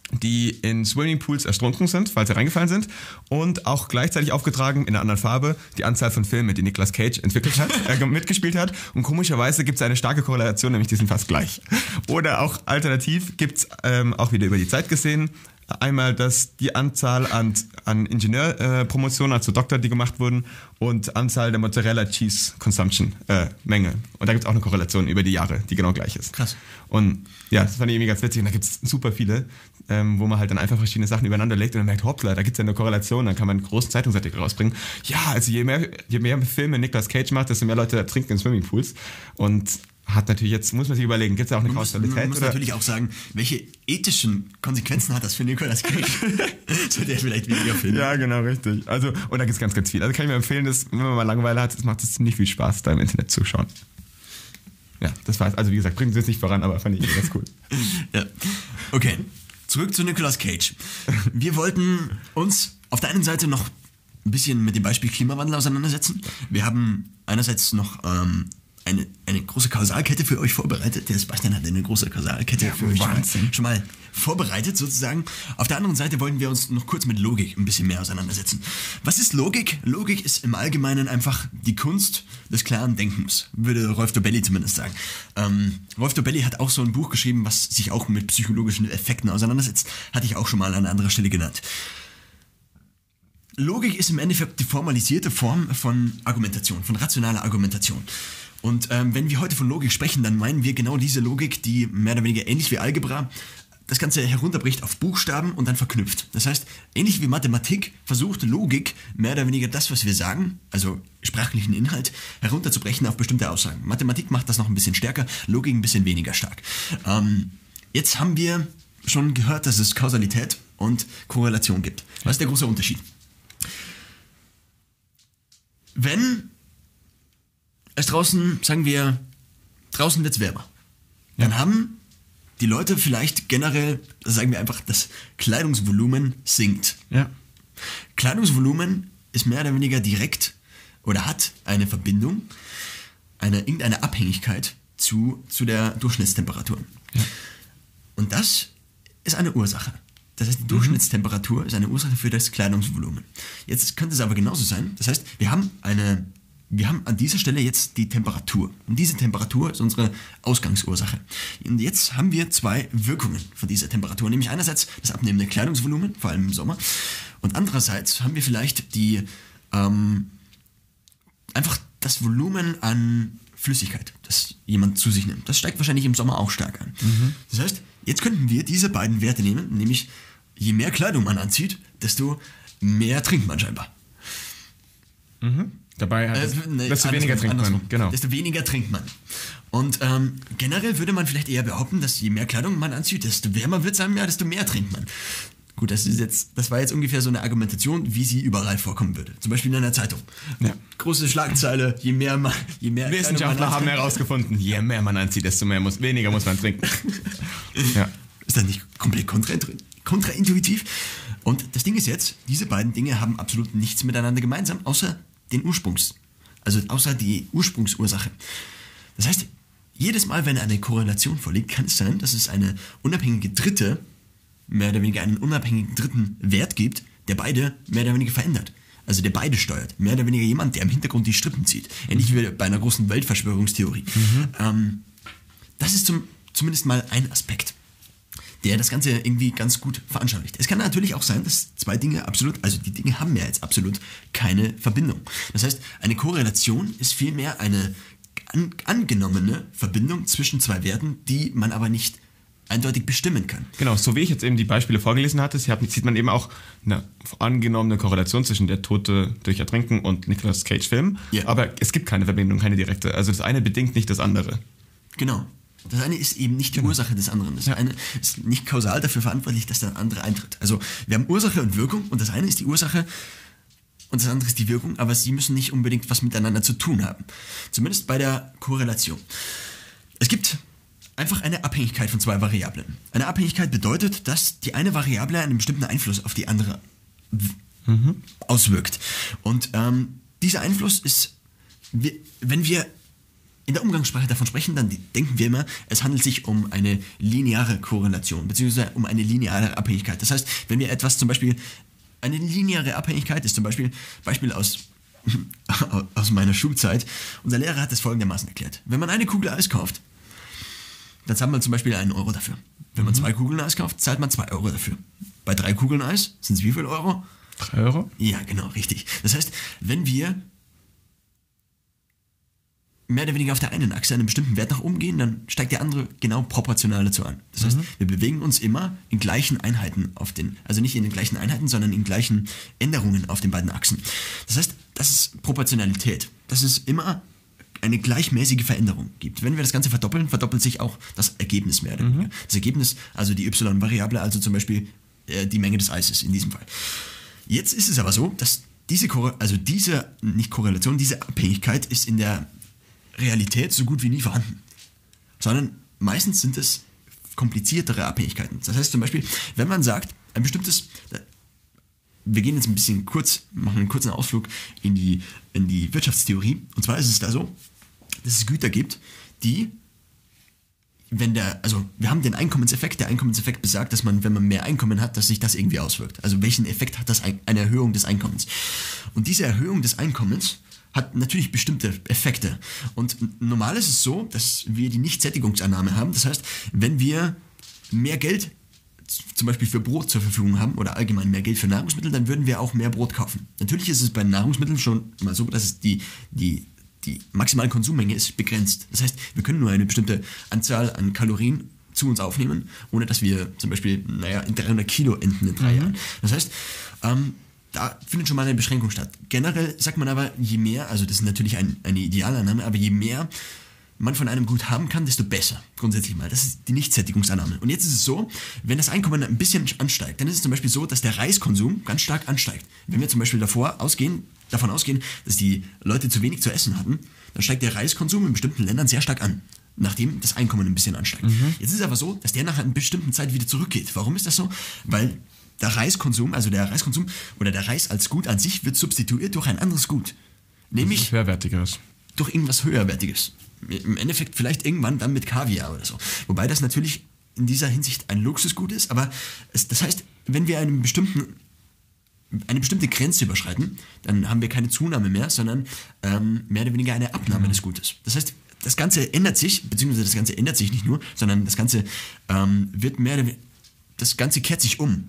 die in Swimmingpools ertrunken sind, falls sie reingefallen sind. Und auch gleichzeitig aufgetragen in einer anderen Farbe die Anzahl von Filmen, die Nicolas Cage entwickelt hat, mitgespielt hat. Und komischerweise gibt es eine starke Korrelation, nämlich die sind fast gleich. Oder auch alternativ gibt es auch wieder über die Zeit gesehen, einmal die Anzahl an Ingenieurpromotionen, also Doktor, die gemacht wurden, und Anzahl der Mozzarella Cheese Consumption Menge. Und da gibt es auch eine Korrelation über die Jahre, die genau gleich ist. Krass. Und ja, das fand ich irgendwie ganz witzig. Und da gibt es super viele, wo man halt dann einfach verschiedene Sachen übereinander legt und dann merkt, hoppla, da gibt es ja eine Korrelation, dann kann man einen großen Zeitungsartikel rausbringen. Ja, also je mehr Filme Nicolas Cage macht, desto mehr Leute trinken in Swimmingpools. Und hat natürlich jetzt, muss man sich überlegen, gibt es da auch eine Kausalität? Man muss natürlich auch sagen, welche ethischen Konsequenzen hat das für Nicolas Cage? Sollte er vielleicht weniger filmen? Ja, genau, richtig. Also, und da gibt es ganz, ganz viel. Also kann ich mir empfehlen, dass, wenn man mal Langeweile hat, macht es ziemlich viel Spaß, da im Internet zu schauen. Ja, das war's. Also wie gesagt, bringt es jetzt nicht voran, aber fand ich ganz cool. Ja. Okay, zurück zu Nicolas Cage. Wir wollten uns auf der einen Seite noch ein bisschen mit dem Beispiel Klimawandel auseinandersetzen. Wir haben einerseits noch eine große Kausalkette für euch vorbereitet. Der Sebastian hat eine große Kausalkette für euch schon mal vorbereitet sozusagen. Auf der anderen Seite wollten wir uns noch kurz mit Logik ein bisschen mehr auseinandersetzen. Was ist Logik? Logik ist im Allgemeinen einfach die Kunst des klaren Denkens, würde Rolf Dobelli zumindest sagen. Rolf Dobelli hat auch so ein Buch geschrieben, was sich auch mit psychologischen Effekten auseinandersetzt. Hatte ich auch schon mal an anderer Stelle genannt. Logik ist im Endeffekt die formalisierte Form von Argumentation, von rationaler Argumentation. Und wenn wir heute von Logik sprechen, dann meinen wir genau diese Logik, die mehr oder weniger ähnlich wie Algebra das Ganze herunterbricht auf Buchstaben und dann verknüpft. Das heißt, ähnlich wie Mathematik versucht Logik mehr oder weniger das, was wir sagen, also sprachlichen Inhalt, herunterzubrechen auf bestimmte Aussagen. Mathematik macht das noch ein bisschen stärker, Logik ein bisschen weniger stark. Jetzt haben wir schon gehört, dass es Kausalität und Korrelation gibt. Was ist der große Unterschied? Wenn es draußen, sagen wir, draußen wird es wärmer, dann haben die Leute vielleicht generell, sagen wir einfach, das Kleidungsvolumen sinkt. Ja. Kleidungsvolumen ist mehr oder weniger direkt oder hat eine Verbindung, irgendeine Abhängigkeit zu der Durchschnittstemperatur. Ja. Und das ist eine Ursache. Das heißt, die Durchschnittstemperatur ist eine Ursache für das Kleidungsvolumen. Jetzt könnte es aber genauso sein. Das heißt, wir haben an dieser Stelle jetzt die Temperatur. Und diese Temperatur ist unsere Ausgangsursache. Und jetzt haben wir zwei Wirkungen von dieser Temperatur. Nämlich einerseits das abnehmende Kleidungsvolumen, vor allem im Sommer. Und andererseits haben wir vielleicht einfach das Volumen an Flüssigkeit, das jemand zu sich nimmt. Das steigt wahrscheinlich im Sommer auch stark an. Das heißt, jetzt könnten wir diese beiden Werte nehmen, nämlich je mehr Kleidung man anzieht, desto mehr trinkt man scheinbar. Dabei desto weniger trinkt man. Genau. Desto weniger trinkt man. Und generell würde man vielleicht eher behaupten, dass je mehr Kleidung man anzieht, desto wärmer wird es einem, desto mehr trinkt man. Gut, das war jetzt ungefähr so eine Argumentation, wie sie überall vorkommen würde. Zum Beispiel in einer Zeitung. Ja. Große Schlagzeile, je mehr Wissenschaftler haben herausgefunden, je mehr man anzieht, desto weniger muss man trinken. Ja. Ist das nicht komplett kontraintuitiv? Und das Ding ist jetzt, diese beiden Dinge haben absolut nichts miteinander gemeinsam, außer die Ursprungsursache. Das heißt, jedes Mal, wenn eine Korrelation vorliegt, kann es sein, dass es einen unabhängigen dritten Wert gibt, der beide mehr oder weniger verändert. Also der beide steuert. Mehr oder weniger jemand, der im Hintergrund die Strippen zieht. Ähnlich wie bei einer großen Weltverschwörungstheorie. Das ist zumindest mal ein Aspekt, der das Ganze irgendwie ganz gut veranschaulicht. Es kann natürlich auch sein, dass zwei Dinge die Dinge haben ja jetzt absolut keine Verbindung. Das heißt, eine Korrelation ist vielmehr eine angenommene Verbindung zwischen zwei Werten, die man aber nicht eindeutig bestimmen kann. Genau, so wie ich jetzt eben die Beispiele vorgelesen hatte, sieht man eben auch eine angenommene Korrelation zwischen der Tote durch Ertrinken und Nicolas Cage-Film. Ja. Aber es gibt keine Verbindung, keine direkte. Also das eine bedingt nicht das andere. Genau. Das eine ist eben nicht die Ursache des anderen. Das eine ist nicht kausal dafür verantwortlich, dass der andere eintritt. Also wir haben Ursache und Wirkung und das eine ist die Ursache und das andere ist die Wirkung, aber sie müssen nicht unbedingt was miteinander zu tun haben. Zumindest bei der Korrelation. Es gibt einfach eine Abhängigkeit von zwei Variablen. Eine Abhängigkeit bedeutet, dass die eine Variable einen bestimmten Einfluss auf die andere auswirkt. Und dieser Einfluss ist, wenn wir in der Umgangssprache davon sprechen, dann denken wir immer, es handelt sich um eine lineare Korrelation, beziehungsweise um eine lineare Abhängigkeit. Das heißt, wenn wir etwas zum Beispiel, eine lineare Abhängigkeit ist zum Beispiel aus meiner Schulzeit. Unser Lehrer hat es folgendermaßen erklärt. Wenn man eine Kugel Eis kauft, dann zahlt man zum Beispiel 1 Euro dafür. Wenn man 2 Kugeln Eis kauft, zahlt man 2 Euro dafür. Bei 3 Kugeln Eis sind es wie viel Euro? 3 Euro? Ja, genau, richtig. Das heißt, wenn wir mehr oder weniger auf der einen Achse einen bestimmten Wert nach oben gehen, dann steigt der andere genau proportional dazu an. Das heißt, wir bewegen uns immer in gleichen Einheiten also nicht in den gleichen Einheiten, sondern in gleichen Änderungen auf den beiden Achsen. Das heißt, das ist Proportionalität. Dass es immer eine gleichmäßige Veränderung gibt. Wenn wir das Ganze verdoppeln, verdoppelt sich auch das Ergebnis mehr oder weniger. Das Ergebnis, also die y-Variable, also zum Beispiel die Menge des Eises in diesem Fall. Jetzt ist es aber so, dass diese Abhängigkeit ist in der Realität so gut wie nie vorhanden. Sondern meistens sind es kompliziertere Abhängigkeiten. Das heißt zum Beispiel, wenn man sagt, ein bestimmtes, wir gehen jetzt ein bisschen machen einen kurzen Ausflug in die Wirtschaftstheorie. Und zwar ist es da so, dass es Güter gibt, die, wir haben den Einkommenseffekt. Der Einkommenseffekt besagt, dass wenn man mehr Einkommen hat, dass sich das irgendwie auswirkt. Also welchen Effekt hat das eine Erhöhung des Einkommens? Und diese Erhöhung des Einkommens hat natürlich bestimmte Effekte. Und normal ist es so, dass wir die Nichtsättigungsannahme haben. Das heißt, wenn wir mehr Geld zum Beispiel für Brot zur Verfügung haben oder allgemein mehr Geld für Nahrungsmittel, dann würden wir auch mehr Brot kaufen. Natürlich ist es bei Nahrungsmitteln schon mal so, dass es die maximale Konsummenge ist begrenzt. Das heißt, wir können nur eine bestimmte Anzahl an Kalorien zu uns aufnehmen, ohne dass wir zum Beispiel in 300 Kilo enden in 3 Jahren. Das heißt, da findet schon mal eine Beschränkung statt. Generell sagt man aber, je mehr, also das ist natürlich eine Idealannahme, aber je mehr man von einem Gut haben kann, desto besser, grundsätzlich mal. Das ist die Nichtsättigungsannahme. Und jetzt ist es so, wenn das Einkommen ein bisschen ansteigt, dann ist es zum Beispiel so, dass der Reiskonsum ganz stark ansteigt. Wenn wir zum Beispiel davon ausgehen, dass die Leute zu wenig zu essen hatten, dann steigt der Reiskonsum in bestimmten Ländern sehr stark an, nachdem das Einkommen ein bisschen ansteigt. Jetzt ist es aber so, dass der nach einer bestimmten Zeit wieder zurückgeht. Warum ist das so? Weil der Reiskonsum oder der Reis als Gut an sich wird substituiert durch ein anderes Gut. Nämlich höherwertigeres. Durch irgendwas höherwertiges. Im Endeffekt vielleicht irgendwann dann mit Kaviar oder so. Wobei das natürlich in dieser Hinsicht ein Luxusgut ist, aber das heißt, wenn wir eine bestimmte Grenze überschreiten, dann haben wir keine Zunahme mehr, sondern mehr oder weniger eine Abnahme des Gutes. Das heißt, das Ganze ändert sich, beziehungsweise das Ganze ändert sich nicht nur, sondern das Ganze das Ganze kehrt sich um.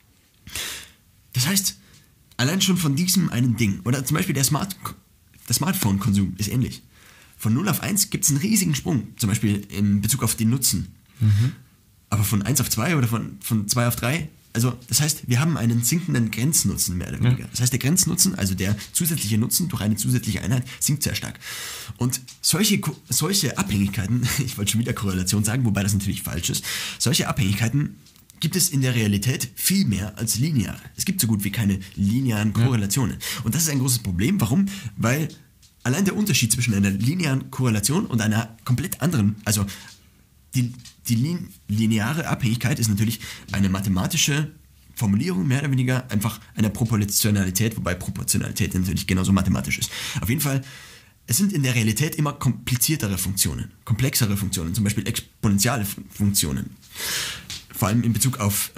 Das heißt, allein schon von diesem einen Ding, oder zum Beispiel der Smartphone-Konsum ist ähnlich. Von 0 auf 1 gibt es einen riesigen Sprung, zum Beispiel in Bezug auf den Nutzen. Aber von 1 auf 2 oder von 2 auf 3, also das heißt, wir haben einen sinkenden Grenznutzen mehr oder weniger. Das heißt, der Grenznutzen, also der zusätzliche Nutzen durch eine zusätzliche Einheit, sinkt sehr stark. Und solche Abhängigkeiten, ich wollte schon wieder Korrelation sagen, wobei das natürlich falsch ist, solche Abhängigkeiten gibt es in der Realität viel mehr als lineare. Es gibt so gut wie keine linearen Korrelationen. Und das ist ein großes Problem. Warum? Weil allein der Unterschied zwischen einer linearen Korrelation und einer komplett anderen, also die lineare Abhängigkeit ist natürlich eine mathematische Formulierung, mehr oder weniger einfach einer Proportionalität, wobei Proportionalität natürlich genauso mathematisch ist. Auf jeden Fall, es sind in der Realität immer kompliziertere Funktionen, komplexere Funktionen, zum Beispiel exponentielle Funktionen. Vor allem in Bezug auf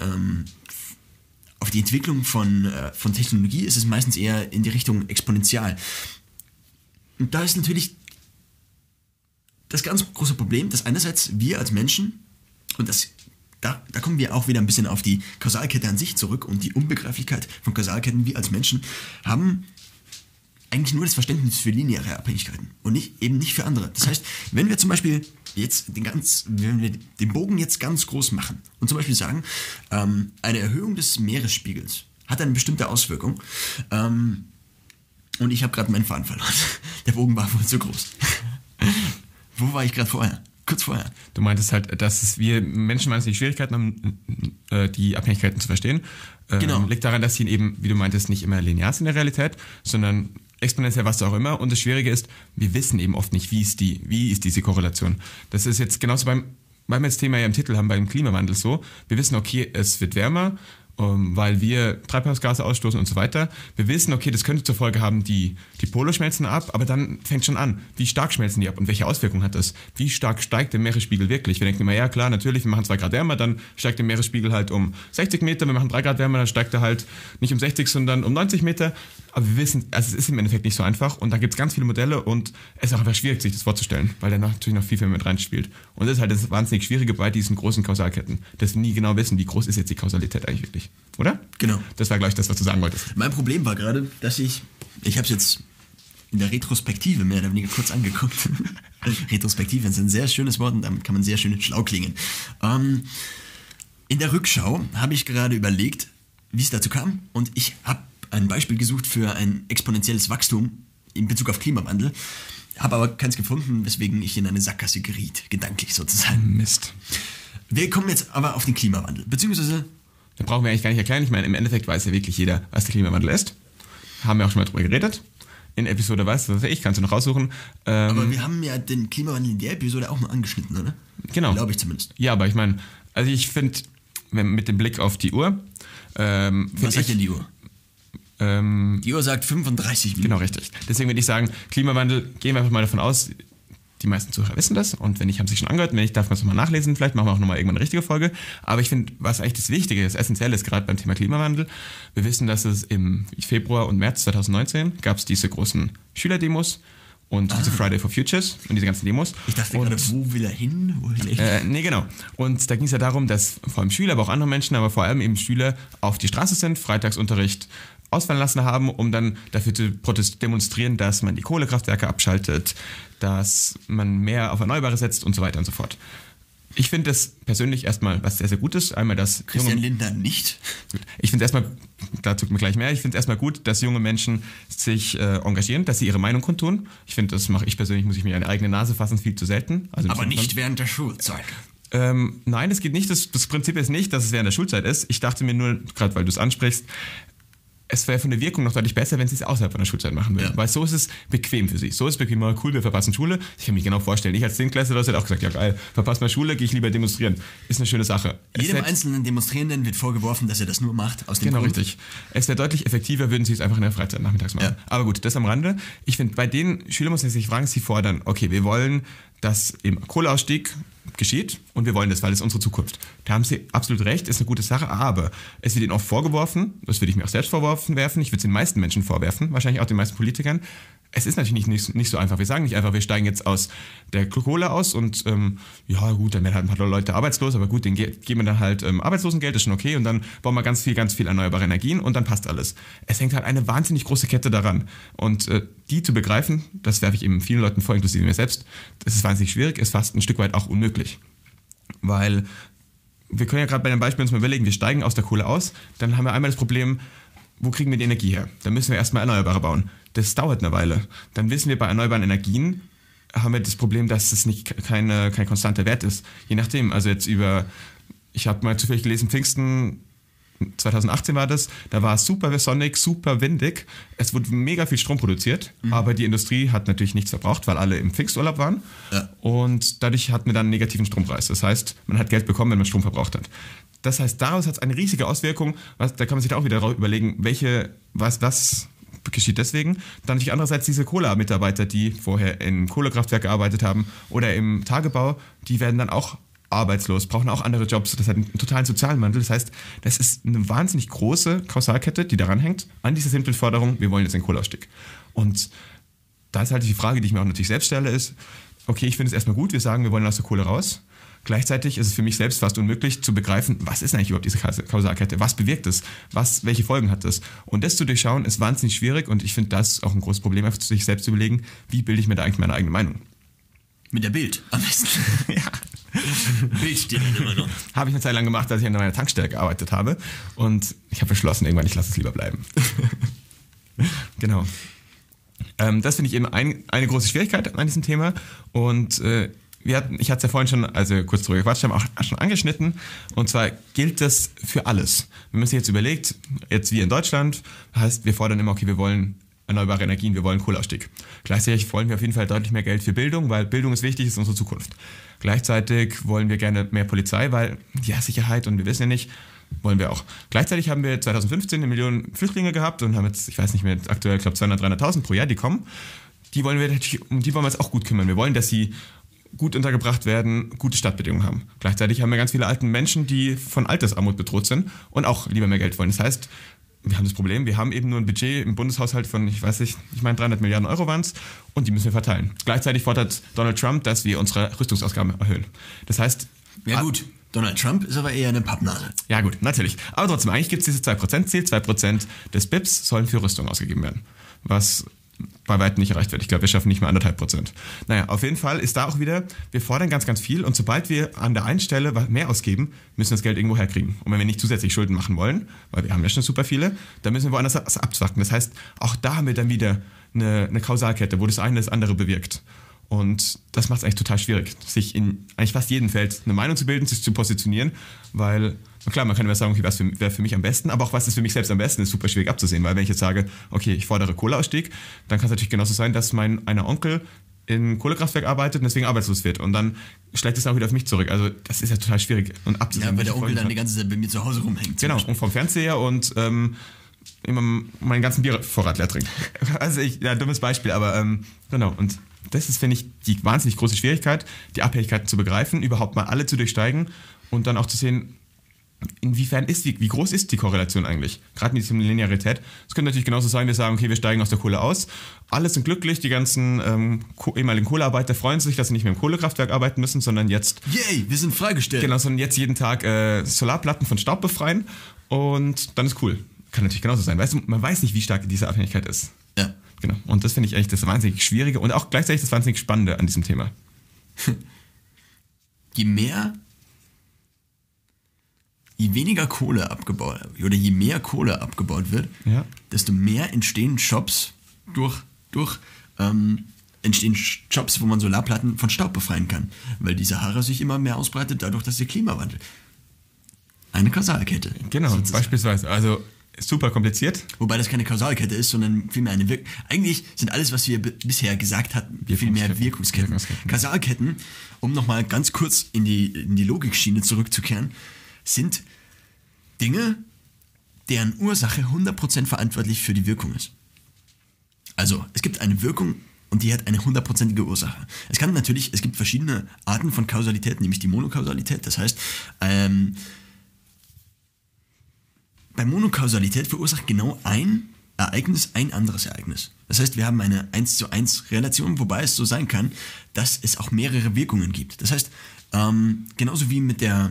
die Entwicklung von Technologie ist es meistens eher in die Richtung exponentiell. Und da ist natürlich das ganz große Problem, dass einerseits wir als Menschen, und da kommen wir auch wieder ein bisschen auf die Kausalkette an sich zurück und die Unbegreiflichkeit von Kausalketten, wir als Menschen haben eigentlich nur das Verständnis für lineare Abhängigkeiten und eben nicht für andere. Das heißt, wenn wir zum Beispiel wenn wir den Bogen jetzt ganz groß machen und zum Beispiel sagen, eine Erhöhung des Meeresspiegels hat eine bestimmte Auswirkung, und ich habe gerade meinen Faden verloren. Der Bogen war wohl zu groß. Wo war ich gerade vorher? Kurz vorher. Du meintest halt, dass wir Menschen manchmal Schwierigkeiten haben, die Abhängigkeiten zu verstehen. Genau. Liegt daran, dass sie eben, wie du meintest, nicht immer linear sind in der Realität, sondern exponentiell, was auch immer. Und das Schwierige ist, wir wissen eben oft nicht, wie ist diese Korrelation. Das ist jetzt genauso weil wir das Thema ja im Titel haben, beim Klimawandel so. Wir wissen, okay, es wird wärmer weil wir Treibhausgase ausstoßen und so weiter. Wir wissen, okay, das könnte zur Folge haben, die Pole schmelzen ab, aber dann fängt schon an, wie stark schmelzen die ab und welche Auswirkungen hat das? Wie stark steigt der Meeresspiegel wirklich? Wir denken immer, ja klar, natürlich, wir machen 2 Grad wärmer, dann steigt der Meeresspiegel halt um 60 Meter, wir machen 3 Grad wärmer, dann steigt er halt nicht um 60, sondern um 90 Meter. Aber wir wissen, also es ist im Endeffekt nicht so einfach und da gibt es ganz viele Modelle und es ist auch einfach schwierig, sich das vorzustellen, weil da natürlich noch viel mehr mit reinspielt. Und das ist halt das wahnsinnig Schwierige bei diesen großen Kausalketten, dass wir nie genau wissen, wie groß ist jetzt die Kausalität eigentlich wirklich, oder? Genau. Das war, glaube ich, das, was du sagen wolltest. Mein Problem war gerade, dass ich habe es jetzt in der Retrospektive mehr oder weniger kurz angeguckt. Retrospektive ist ein sehr schönes Wort und damit kann man sehr schön schlau klingen. In der Rückschau habe ich gerade überlegt, wie es dazu kam und ich habe ein Beispiel gesucht für ein exponentielles Wachstum in Bezug auf Klimawandel, habe aber keins gefunden, weswegen ich in eine Sackgasse geriet, gedanklich sozusagen. Mist. Wir kommen jetzt aber auf den Klimawandel, beziehungsweise... Da brauchen wir eigentlich gar nicht erklären. Ich meine, im Endeffekt weiß ja wirklich jeder, was der Klimawandel ist. Haben wir auch schon mal drüber geredet. In Episode was ich, kannst du noch raussuchen. Aber wir haben ja den Klimawandel in der Episode auch mal angeschnitten, oder? Genau. Glaube ich zumindest. Ja, aber ich meine, also ich finde, mit dem Blick auf die Uhr... was sagt denn die Uhr? Die Uhr sagt 35 Minuten. Genau, richtig. Deswegen würde ich sagen, Klimawandel, gehen wir einfach mal davon aus, die meisten Zuhörer wissen das und wenn nicht, haben sie sich schon angehört. Wenn nicht, darf man es nochmal nachlesen. Vielleicht machen wir auch nochmal irgendwann eine richtige Folge. Aber ich finde, was eigentlich das Wichtige, das Essentielle ist, gerade beim Thema Klimawandel, wir wissen, dass es im Februar und März 2019 gab es diese großen Schülerdemos und diese Friday for Futures und diese ganzen Demos. Ich dachte gerade, wo will er hin? Nee, genau. Und da ging es ja darum, dass vor allem Schüler, aber auch andere Menschen, aber vor allem eben Schüler auf die Straße sind, Freitagsunterricht ausfallen lassen haben, um dann dafür zu demonstrieren, dass man die Kohlekraftwerke abschaltet, dass man mehr auf Erneuerbare setzt und so weiter und so fort. Ich finde das persönlich erstmal was sehr, sehr Gutes. Einmal, dass Christian Lindner nicht. Gut. Ich finde es erstmal, dazu mir gleich mehr, ich finde es erstmal gut, dass junge Menschen sich engagieren, dass sie ihre Meinung kundtun. Ich finde, das mache ich persönlich, muss ich mir eine eigene Nase fassen, viel zu selten. Also aber nicht während der Schulzeit. Nein, das geht nicht. Das Prinzip ist nicht, dass es während der Schulzeit ist. Ich dachte mir nur, gerade weil du es ansprichst, es wäre von der Wirkung noch deutlich besser, wenn sie es außerhalb von der Schulzeit machen würden. Ja. Weil so ist es bequem für sie. So ist es bequem, cool, wir verpassen Schule. Ich kann mich genau vorstellen, ich als 10-Klässler hätte auch gesagt, ja geil, verpasst mal Schule, gehe ich lieber demonstrieren. Ist eine schöne Sache. Jedem einzelnen Demonstrierenden wird vorgeworfen, dass er das nur macht aus dem Grund. Genau, richtig. Es wäre deutlich effektiver, würden sie es einfach in der Freizeit nachmittags machen. Ja. Aber gut, das am Rande. Ich finde, bei den Schülern muss man sich fragen, sie fordern, okay, wir wollen, dass im Kohleausstieg geschieht und wir wollen das, weil es unsere Zukunft. Da haben sie absolut recht, ist eine gute Sache, aber es wird ihnen oft vorgeworfen, das würde ich mir auch selbst vorwerfen, ich würde es den meisten Menschen vorwerfen, wahrscheinlich auch den meisten Politikern. Es ist natürlich nicht so einfach. Wir sagen nicht einfach, wir steigen jetzt aus der Kohle aus und ja gut, dann werden halt ein paar Leute arbeitslos, aber gut, denen geben wir dann halt Arbeitslosengeld, ist schon okay und dann bauen wir ganz viel erneuerbare Energien und dann passt alles. Es hängt halt eine wahnsinnig große Kette daran und die zu begreifen, das werfe ich eben vielen Leuten vor, inklusive mir selbst, das ist wahnsinnig schwierig, ist fast ein Stück weit auch unmöglich. Weil wir können ja gerade bei dem Beispiel uns mal überlegen, wir steigen aus der Kohle aus, dann haben wir einmal das Problem, wo kriegen wir die Energie her? Dann müssen wir erstmal Erneuerbare bauen. Das dauert eine Weile. Dann wissen wir, bei erneuerbaren Energien haben wir das Problem, dass es kein konstanter Wert ist. Je nachdem, also jetzt ich habe mal zufällig gelesen, Pfingsten 2018 war das, da war es super sonnig, super windig, es wurde mega viel Strom produziert, aber die Industrie hat natürlich nichts verbraucht, weil alle im Pfingsturlaub waren und dadurch hatten wir dann einen negativen Strompreis. Das heißt, man hat Geld bekommen, wenn man Strom verbraucht hat. Das heißt, daraus hat es eine riesige Auswirkung, da kann man sich auch wieder überlegen, was geschieht deswegen. Dann natürlich andererseits diese Kohlemitarbeiter, die vorher im Kohlekraftwerk gearbeitet haben oder im Tagebau, die werden dann auch arbeitslos, brauchen auch andere Jobs. Das hat einen totalen sozialen Wandel. Das heißt, das ist eine wahnsinnig große Kausalkette, die daran hängt, an dieser simplen Forderung, wir wollen jetzt einen Kohleausstieg. Und da ist halt die Frage, die ich mir auch natürlich selbst stelle, ist, okay, ich finde es erstmal gut, wir sagen, wir wollen aus der Kohle raus. Gleichzeitig ist es für mich selbst fast unmöglich zu begreifen, was ist eigentlich überhaupt diese Kausalkette? Was bewirkt es? Welche Folgen hat das? Und das zu durchschauen ist wahnsinnig schwierig und ich finde das auch ein großes Problem, einfach sich selbst zu überlegen, wie bilde ich mir da eigentlich meine eigene Meinung? Mit der Bild am besten. Ja. Bild steht dann immer noch. Habe ich eine Zeit lang gemacht, als ich an meiner Tankstelle gearbeitet habe und ich habe beschlossen, irgendwann, ich lasse es lieber bleiben. Genau. Das finde ich eben eine große Schwierigkeit an diesem Thema und ich hatte es ja vorhin schon, also kurz drüber gequatscht haben, auch schon angeschnitten. Und zwar gilt das für alles. Wenn man sich jetzt überlegt, jetzt wie in Deutschland, heißt, wir fordern immer, okay, wir wollen erneuerbare Energien, wir wollen Kohleausstieg. Gleichzeitig wollen wir auf jeden Fall deutlich mehr Geld für Bildung, weil Bildung ist wichtig, ist unsere Zukunft. Gleichzeitig wollen wir gerne mehr Polizei, weil, ja, Sicherheit und wir wissen ja nicht, wollen wir auch. Gleichzeitig haben wir 2015 eine Million Flüchtlinge gehabt und haben jetzt, ich weiß nicht mehr, aktuell, ich glaube 200.000, 300.000 pro Jahr, die kommen. Um die wollen wir uns auch gut kümmern. Wir wollen, dass sie gut untergebracht werden, gute Stadtbedingungen haben. Gleichzeitig haben wir ganz viele alte Menschen, die von Altersarmut bedroht sind und auch lieber mehr Geld wollen. Das heißt, wir haben das Problem, wir haben eben nur ein Budget im Bundeshaushalt von, ich meine 300 Milliarden Euro waren es und die müssen wir verteilen. Gleichzeitig fordert Donald Trump, dass wir unsere Rüstungsausgaben erhöhen. Das heißt... Ja gut, Donald Trump ist aber eher eine Pappnase. Ja gut, natürlich. Aber trotzdem, eigentlich gibt es dieses 2%-Ziel. 2% des BIPs sollen für Rüstung ausgegeben werden. Was bei weitem nicht erreicht wird. Ich glaube, wir schaffen nicht mal 1,5%. Naja, auf jeden Fall ist da auch wieder, wir fordern ganz, ganz viel und sobald wir an der einen Stelle mehr ausgeben, müssen wir das Geld irgendwo herkriegen. Und wenn wir nicht zusätzlich Schulden machen wollen, weil wir haben ja schon super viele, dann müssen wir woanders abzwacken. Das heißt, auch da haben wir dann wieder eine Kausalkette, wo das eine das andere bewirkt. Und das macht es eigentlich total schwierig, sich in eigentlich fast jedem Feld eine Meinung zu bilden, sich zu positionieren, weil, na klar, man kann immer sagen, okay, was wäre für mich am besten, aber auch was ist für mich selbst am besten, ist super schwierig abzusehen, weil wenn ich jetzt sage, okay, ich fordere Kohleausstieg, dann kann es natürlich genauso sein, dass einer Onkel im Kohlekraftwerk arbeitet und deswegen arbeitslos wird und dann schlägt es auch wieder auf mich zurück. Also das ist ja total schwierig und abzusehen. Ja, weil der Onkel dann die ganze Zeit bei mir zu Hause rumhängt. Genau, und vom Fernseher und immer meinen ganzen Biervorrat leer trinken. Also dummes Beispiel, aber genau. Und das ist, finde ich, die wahnsinnig große Schwierigkeit, die Abhängigkeiten zu begreifen, überhaupt mal alle zu durchsteigen und dann auch zu sehen, wie groß ist die Korrelation eigentlich? Gerade mit dieser Linearität. Es könnte natürlich genauso sein, wir sagen, okay, wir steigen aus der Kohle aus, alle sind glücklich, die ganzen ehemaligen Kohlearbeiter freuen sich, dass sie nicht mehr im Kohlekraftwerk arbeiten müssen, sondern jetzt... Yay, wir sind freigestellt. Genau, sondern jetzt jeden Tag Solarplatten von Staub befreien und dann ist cool. Kann natürlich genauso sein. Weißt du, man weiß nicht, wie stark diese Abhängigkeit ist. Ja. Genau. Und das finde ich eigentlich das wahnsinnig Schwierige und auch gleichzeitig das wahnsinnig Spannende an diesem Thema. Je weniger Kohle abgebaut oder je mehr Kohle abgebaut wird, ja, desto mehr entstehen Jobs entstehen Jobs, wo man Solarplatten von Staub befreien kann, weil die Sahara sich immer mehr ausbreitet, dadurch, dass der Klimawandel. Eine Kausalkette. Genau, sozusagen. Beispielsweise. Also super kompliziert. Wobei das keine Kausalkette ist, sondern vielmehr eine Wirkung. Eigentlich sind alles, was wir bisher gesagt hatten, vielmehr Wirkungsketten. Kausalketten, um nochmal ganz kurz in die Logikschiene zurückzukehren, sind Dinge, deren Ursache 100% verantwortlich für die Wirkung ist. Also, es gibt eine Wirkung und die hat eine 100%ige Ursache. Es gibt verschiedene Arten von Kausalität, nämlich die Monokausalität. Das heißt, bei Monokausalität verursacht genau ein Ereignis ein anderes Ereignis. Das heißt, wir haben eine 1:1 Relation, wobei es so sein kann, dass es auch mehrere Wirkungen gibt. Das heißt, genauso wie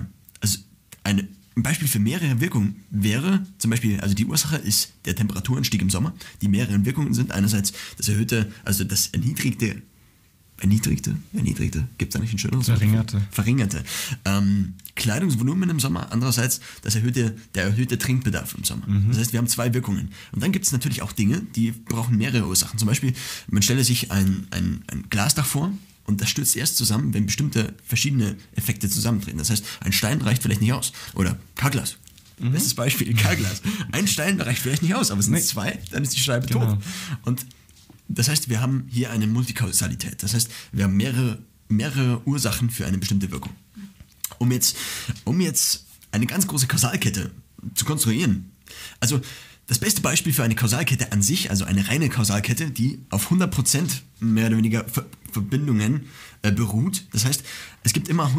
ein Beispiel für mehrere Wirkungen wäre, zum Beispiel, also die Ursache ist der Temperaturanstieg im Sommer. Die mehreren Wirkungen sind einerseits das erniedrigte, gibt es da nicht ein schöneres Wort? Verringerte Kleidungsvolumen im Sommer, andererseits der erhöhte Trinkbedarf im Sommer. Das heißt, wir haben zwei Wirkungen. Und dann gibt es natürlich auch Dinge, die brauchen mehrere Ursachen. Zum Beispiel, man stelle sich ein Glasdach vor und das stürzt erst zusammen, wenn bestimmte verschiedene Effekte zusammentreten. Das heißt, ein Stein reicht vielleicht nicht aus. Oder Karglas. Bestes Beispiel, Karglas. Ein Stein reicht vielleicht nicht aus, aber es sind zwei, dann ist die Scheibe tot. Und das heißt, wir haben hier eine Multikausalität. Das heißt, wir haben mehrere Ursachen für eine bestimmte Wirkung. Um jetzt eine ganz große Kausalkette zu konstruieren. Also das beste Beispiel für eine Kausalkette an sich, also eine reine Kausalkette, die auf 100% mehr oder weniger Verbindungen beruht. Das heißt, es gibt immer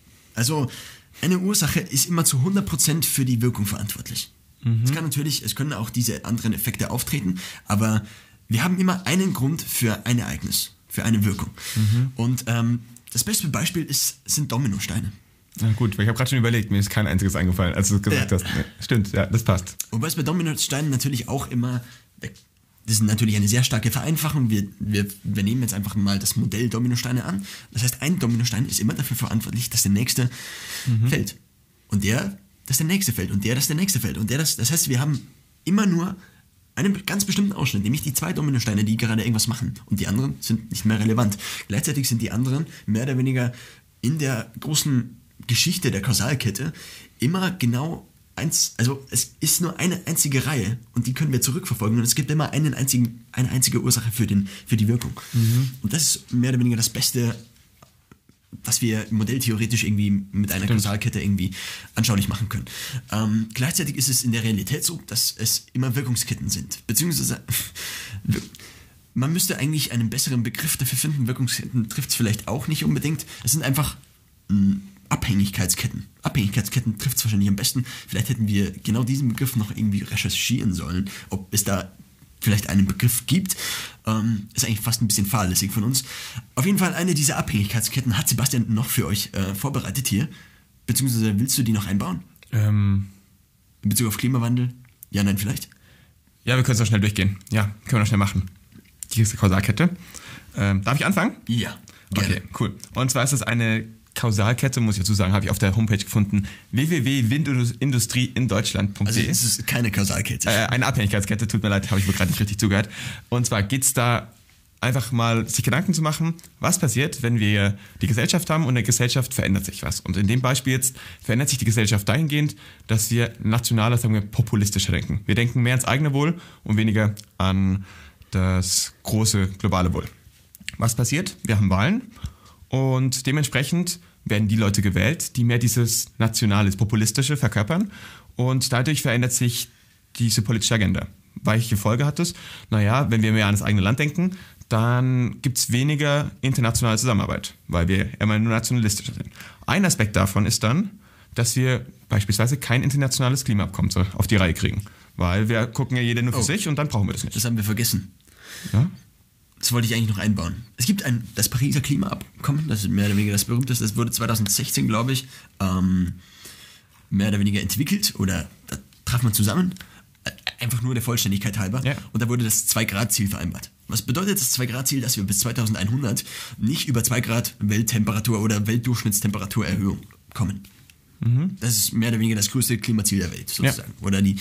eine Ursache ist immer zu 100% für die Wirkung verantwortlich. Es können auch diese anderen Effekte auftreten, aber wir haben immer einen Grund für ein Ereignis, für eine Wirkung. Und das beste Beispiel sind Dominosteine. Na gut, weil ich habe gerade schon überlegt, mir ist kein einziges eingefallen, als du es gesagt hast. Nee, stimmt, ja, das passt. Wobei es bei Dominosteinen natürlich auch immer, das ist natürlich eine sehr starke Vereinfachung, wir nehmen jetzt einfach mal das Modell Dominosteine an. Das heißt, ein Dominostein ist immer dafür verantwortlich, dass der nächste fällt. Und dass der nächste fällt und dass der nächste fällt. Und das heißt, wir haben immer nur einen ganz bestimmten Ausschnitt, nämlich die zwei Dominosteine, die gerade irgendwas machen. Und die anderen sind nicht mehr relevant. Gleichzeitig sind die anderen mehr oder weniger in der großen Geschichte der Kausalkette immer genau also es ist nur eine einzige Reihe und die können wir zurückverfolgen und es gibt immer eine einzige Ursache für die Wirkung. Und das ist mehr oder weniger das beste was wir modelltheoretisch irgendwie mit einer Kausalkette irgendwie anschaulich machen können. Gleichzeitig ist es in der Realität so, dass es immer Wirkungsketten sind. Beziehungsweise man müsste eigentlich einen besseren Begriff dafür finden. Wirkungsketten trifft es vielleicht auch nicht unbedingt. Es sind einfach Abhängigkeitsketten. Abhängigkeitsketten trifft es wahrscheinlich am besten. Vielleicht hätten wir genau diesen Begriff noch irgendwie recherchieren sollen, ob es da vielleicht einen Begriff gibt. Ist eigentlich fast ein bisschen fahrlässig von uns. Auf jeden Fall eine dieser Abhängigkeitsketten hat Sebastian noch für euch vorbereitet hier. Beziehungsweise willst du die noch einbauen? In Bezug auf Klimawandel? Ja, nein, vielleicht? Ja, wir können es noch schnell durchgehen. Ja, können wir noch schnell machen. Die ist die Kausalkette. Darf ich anfangen? Ja, gerne. Okay, cool. Und zwar ist das eine Kausalkette, muss ich dazu sagen, habe ich auf der Homepage gefunden, www.windindustrieindeutschland.de. Also es ist keine Kausalkette. Eine Abhängigkeitskette, tut mir leid, habe ich wohl gerade nicht richtig zugehört. Und zwar geht es da einfach mal, sich Gedanken zu machen, was passiert, wenn wir die Gesellschaft haben und in der Gesellschaft verändert sich was. Und in dem Beispiel jetzt verändert sich die Gesellschaft dahingehend, dass wir nationaler, sagen wir, populistischer denken. Wir denken mehr ans eigene Wohl und weniger an das große globale Wohl. Was passiert? Wir haben Wahlen. Und dementsprechend werden die Leute gewählt, die mehr dieses nationales, populistische verkörpern. Und dadurch verändert sich diese politische Agenda. Welche Folge hat es? Naja, wenn wir mehr an das eigene Land denken, dann gibt es weniger internationale Zusammenarbeit, weil wir immer nur nationalistischer sind. Ein Aspekt davon ist dann, dass wir beispielsweise kein internationales Klimaabkommen auf die Reihe kriegen. Weil wir gucken ja jeder nur für sich und dann brauchen wir das nicht. Das haben wir vergessen. Ja? Das wollte ich eigentlich noch einbauen. Es gibt das Pariser Klimaabkommen, das ist mehr oder weniger das berühmteste, das wurde 2016, glaube ich, mehr oder weniger entwickelt oder da traf man zusammen, einfach nur der Vollständigkeit halber. Ja. Und da wurde das 2-Grad-Ziel vereinbart. Was bedeutet das 2-Grad-Ziel? Dass wir bis 2100 nicht über 2 Grad Welttemperatur oder Weltdurchschnittstemperaturerhöhung kommen. Mhm. Das ist mehr oder weniger das größte Klimaziel der Welt, sozusagen. Ja. Oder die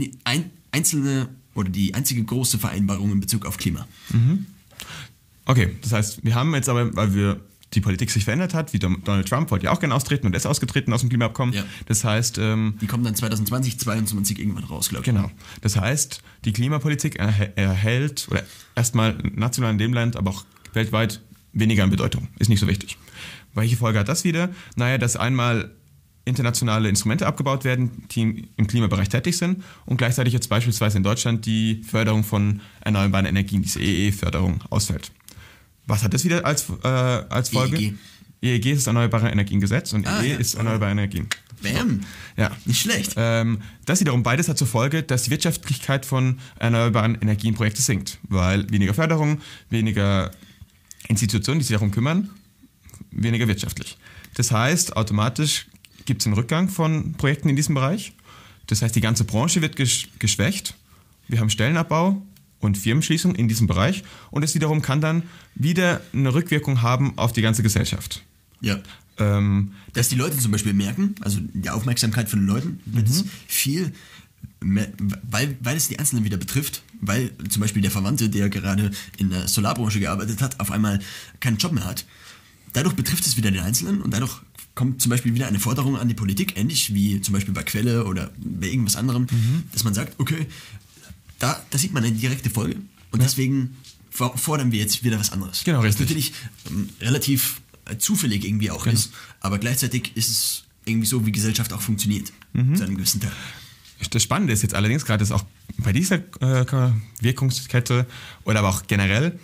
einzelne oder die einzige große Vereinbarung in Bezug auf Klima. Mhm. Okay, das heißt, wir haben jetzt aber, weil die Politik sich verändert hat, wie Donald Trump wollte ja auch gerne austreten und ist ausgetreten aus dem Klimaabkommen. Ja. Das heißt... die kommen dann 2020, 2022 irgendwann raus, glaube ich. Genau. Das heißt, die Klimapolitik erhält, oder erstmal national in dem Land, aber auch weltweit weniger an Bedeutung. Ist nicht so wichtig. Welche Folge hat das wieder? Naja, dass einmal internationale Instrumente abgebaut werden, die im Klimabereich tätig sind und gleichzeitig jetzt beispielsweise in Deutschland die Förderung von erneuerbaren Energien, diese EE-Förderung, ausfällt. Was hat das wieder als Folge? EEG. EEG ist das Erneuerbare Energiengesetz und EE ist Erneuerbare Energien. Bam. Ja. Nicht schlecht. Das wiederum beides hat zur Folge, dass die Wirtschaftlichkeit von erneuerbaren Energienprojekten sinkt, weil weniger Förderung, weniger Institutionen, die sich darum kümmern, weniger wirtschaftlich. Das heißt, automatisch gibt es einen Rückgang von Projekten in diesem Bereich. Das heißt, die ganze Branche wird geschwächt. Wir haben Stellenabbau und Firmenschließung in diesem Bereich und es wiederum kann dann wieder eine Rückwirkung haben auf die ganze Gesellschaft. Ja. Dass die Leute zum Beispiel merken, also die Aufmerksamkeit von den Leuten wird es viel mehr, weil es die Einzelnen wieder betrifft, weil zum Beispiel der Verwandte, der gerade in der Solarbranche gearbeitet hat, auf einmal keinen Job mehr hat. Dadurch betrifft es wieder den Einzelnen und dadurch kommt zum Beispiel wieder eine Forderung an die Politik, ähnlich wie zum Beispiel bei Quelle oder bei irgendwas anderem, dass man sagt, okay, da sieht man eine direkte Folge und deswegen fordern wir jetzt wieder was anderes. Genau, richtig. Das natürlich relativ zufällig irgendwie auch ist, aber gleichzeitig ist es irgendwie so, wie Gesellschaft auch funktioniert, zu einem gewissen Teil. Das Spannende ist jetzt allerdings gerade, dass auch bei dieser Wirkungskette oder aber auch generell,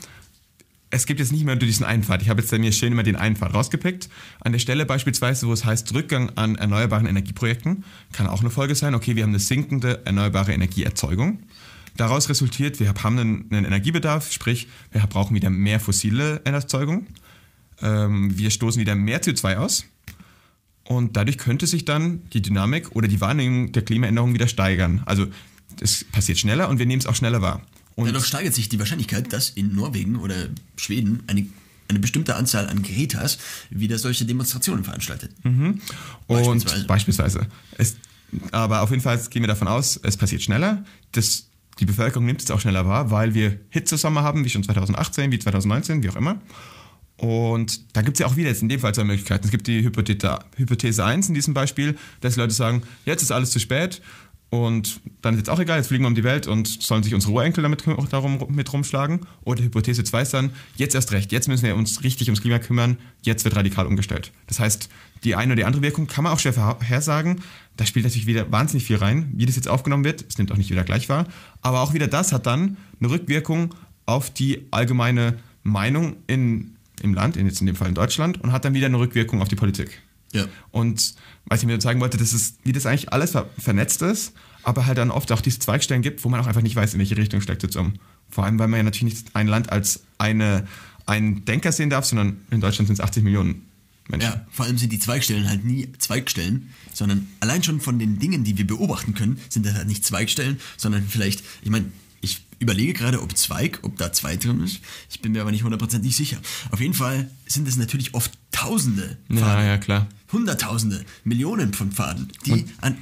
es gibt jetzt nicht mehr nur diesen einen Pfad. Ich habe jetzt mir schön immer den einen Pfad rausgepickt. An der Stelle beispielsweise, wo es heißt Rückgang an erneuerbaren Energieprojekten, kann auch eine Folge sein, okay, wir haben eine sinkende erneuerbare Energieerzeugung. Daraus resultiert, wir haben einen Energiebedarf, sprich, wir brauchen wieder mehr fossile Erzeugung. Wir stoßen wieder mehr CO2 aus. Und dadurch könnte sich dann die Dynamik oder die Wahrnehmung der Klimaänderung wieder steigern. Also es passiert schneller und wir nehmen es auch schneller wahr. Und dadurch steigert sich die Wahrscheinlichkeit, dass in Norwegen oder Schweden eine bestimmte Anzahl an Gretas wieder solche Demonstrationen veranstaltet. Und beispielsweise. Aber auf jeden Fall gehen wir davon aus, es passiert schneller. Die Bevölkerung nimmt es auch schneller wahr, weil wir Hitzesommer haben, wie schon 2018, wie 2019, wie auch immer. Und da gibt es ja auch wieder jetzt in dem Fall zwei Möglichkeiten. Es gibt die Hypothese 1 in diesem Beispiel, dass die Leute sagen, jetzt ist alles zu spät, Und dann ist jetzt auch egal, jetzt fliegen wir um die Welt und sollen sich unsere Urenkel damit mit rumschlagen. Oder Hypothese 2 ist dann, jetzt erst recht, jetzt müssen wir uns richtig ums Klima kümmern, jetzt wird radikal umgestellt. Das heißt, die eine oder die andere Wirkung kann man auch schwer vorhersagen. Da spielt natürlich wieder wahnsinnig viel rein, wie das jetzt aufgenommen wird. Es nimmt auch nicht wieder gleich wahr. Aber auch wieder das hat dann eine Rückwirkung auf die allgemeine Meinung im Land, jetzt in dem Fall in Deutschland, und hat dann wieder eine Rückwirkung auf die Politik. Ja. Und was ich mir zeigen wollte, wie das eigentlich alles vernetzt ist, aber halt dann oft auch diese Zweigstellen gibt, wo man auch einfach nicht weiß, in welche Richtung steckt es um. Vor allem, weil man ja natürlich nicht ein Land als einen Denker sehen darf, sondern in Deutschland sind es 80 Millionen Menschen. Ja, vor allem sind die Zweigstellen halt nie Zweigstellen, sondern allein schon von den Dingen, die wir beobachten können, sind das halt nicht Zweigstellen, sondern vielleicht, ich meine, ich überlege gerade, ob da zwei drin ist. Ich bin mir aber nicht 100% sicher. Auf jeden Fall sind es natürlich oft Tausende Pfaden. Ja, klar. Hunderttausende, Millionen von Pfaden, die an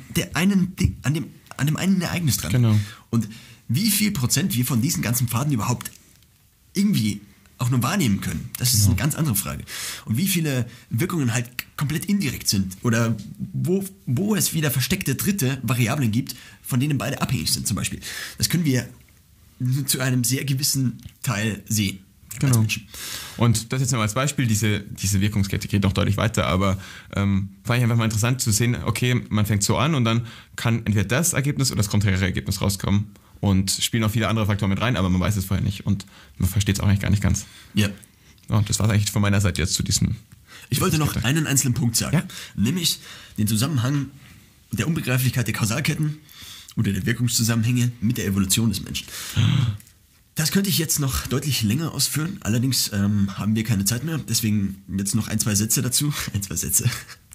dem einen Ereignis dran sind. Genau. Und wie viel Prozent wir von diesen ganzen Pfaden überhaupt irgendwie auch nur wahrnehmen können, das ist eine ganz andere Frage. Und wie viele Wirkungen halt komplett indirekt sind oder wo es wieder versteckte dritte Variablen gibt, von denen beide abhängig sind zum Beispiel. Das können wir zu einem sehr gewissen Teil sehen. Genau. Und das jetzt noch als Beispiel, diese Wirkungskette geht noch deutlich weiter, aber fand ich einfach mal interessant zu sehen, okay, man fängt so an und dann kann entweder das Ergebnis oder das konträre Ergebnis rauskommen und spielen auch viele andere Faktoren mit rein, aber man weiß es vorher nicht und man versteht es auch eigentlich gar nicht ganz. Ja. Und das war es eigentlich von meiner Seite jetzt zu diesem... Ich wollte noch einen einzelnen Punkt sagen, nämlich den Zusammenhang der Unbegreiflichkeit der Kausalketten oder der Wirkungszusammenhänge mit der Evolution des Menschen. Das könnte ich jetzt noch deutlich länger ausführen, allerdings haben wir keine Zeit mehr, deswegen jetzt noch 1-2 Sätze dazu. 1-2 Sätze.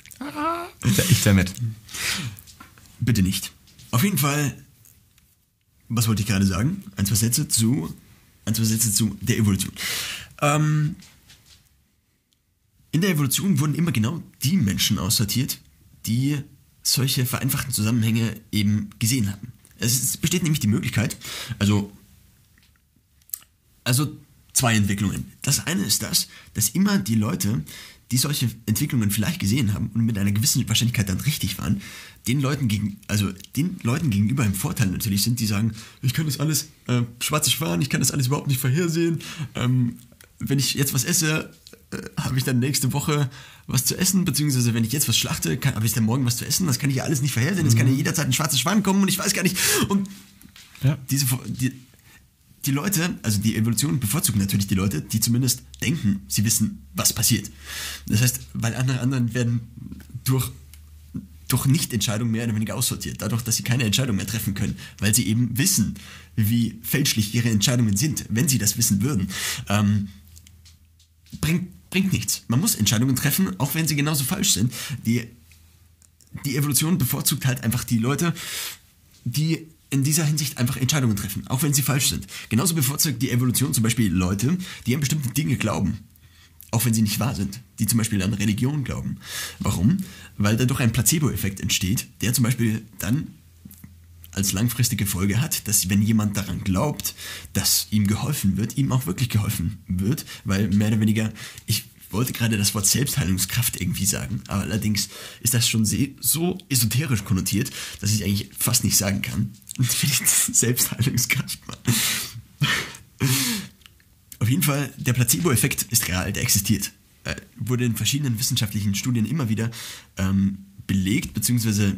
Ich damit. Bitte nicht. Auf jeden Fall, was wollte ich gerade sagen? 1-2 Sätze zu der Evolution. In der Evolution wurden immer genau die Menschen aussortiert, die solche vereinfachten Zusammenhänge eben gesehen haben. Es besteht nämlich die Möglichkeit, also zwei Entwicklungen. Das eine ist das, dass immer die Leute, die solche Entwicklungen vielleicht gesehen haben und mit einer gewissen Wahrscheinlichkeit dann richtig waren, den Leuten gegenüber im Vorteil natürlich sind, die sagen, ich kann das alles schwarze Schwan, ich kann das alles überhaupt nicht vorhersehen. Wenn ich jetzt was esse, habe ich dann nächste Woche was zu essen, beziehungsweise wenn ich jetzt was schlachte, habe ich dann morgen was zu essen. Das kann ich ja alles nicht vorhersehen. Es kann ja jederzeit ein schwarzer Schwan kommen und ich weiß gar nicht. Und die Leute, also die Evolution bevorzugt natürlich die Leute, die zumindest denken, sie wissen, was passiert. Das heißt, weil anderen werden durch Nichtentscheidungen mehr oder weniger aussortiert. Dadurch, dass sie keine Entscheidung mehr treffen können, weil sie eben wissen, wie fälschlich ihre Entscheidungen sind, wenn sie das wissen würden. Bringt nichts. Man muss Entscheidungen treffen, auch wenn sie genauso falsch sind. Die Evolution bevorzugt halt einfach die Leute, die in dieser Hinsicht einfach Entscheidungen treffen, auch wenn sie falsch sind. Genauso bevorzugt die Evolution zum Beispiel Leute, die an bestimmte Dinge glauben, auch wenn sie nicht wahr sind, die zum Beispiel an Religion glauben. Warum? Weil dadurch ein Placebo-Effekt entsteht, der zum Beispiel dann als langfristige Folge hat, dass wenn jemand daran glaubt, dass ihm geholfen wird, ihm auch wirklich geholfen wird, weil mehr oder weniger, ich wollte gerade das Wort Selbstheilungskraft irgendwie sagen, aber allerdings ist das schon so esoterisch konnotiert, dass ich eigentlich fast nicht sagen kann. Selbstheilungskraft. Auf jeden Fall, der Placebo-Effekt ist real, der existiert. Wurde in verschiedenen wissenschaftlichen Studien immer wieder belegt, beziehungsweise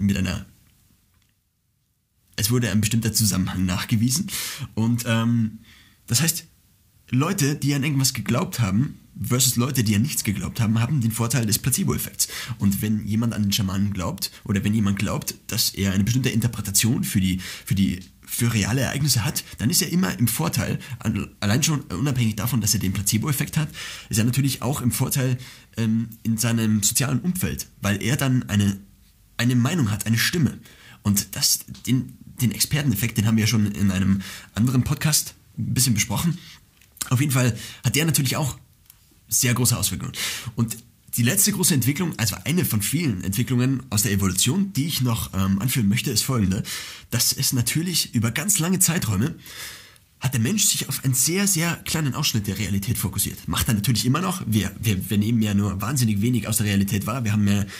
es wurde ein bestimmter Zusammenhang nachgewiesen. Und das heißt, Leute, die an irgendwas geglaubt haben, versus Leute, die an nichts geglaubt haben, haben den Vorteil des Placebo-Effekts. Und wenn jemand an den Schamanen glaubt, oder wenn jemand glaubt, dass er eine bestimmte Interpretation für reale Ereignisse hat, dann ist er immer im Vorteil, allein schon unabhängig davon, dass er den Placebo-Effekt hat, ist er natürlich auch im Vorteil in seinem sozialen Umfeld, weil er dann eine Meinung hat, eine Stimme. Und den Experteneffekt, den haben wir ja schon in einem anderen Podcast ein bisschen besprochen. Auf jeden Fall hat der natürlich auch sehr große Auswirkungen. Und die letzte große Entwicklung, also eine von vielen Entwicklungen aus der Evolution, die ich noch anführen möchte, ist folgende, dass es natürlich über ganz lange Zeiträume hat der Mensch sich auf einen sehr, sehr kleinen Ausschnitt der Realität fokussiert. Macht er natürlich immer noch. Wir nehmen ja nur wahnsinnig wenig aus der Realität wahr. Wir haben ja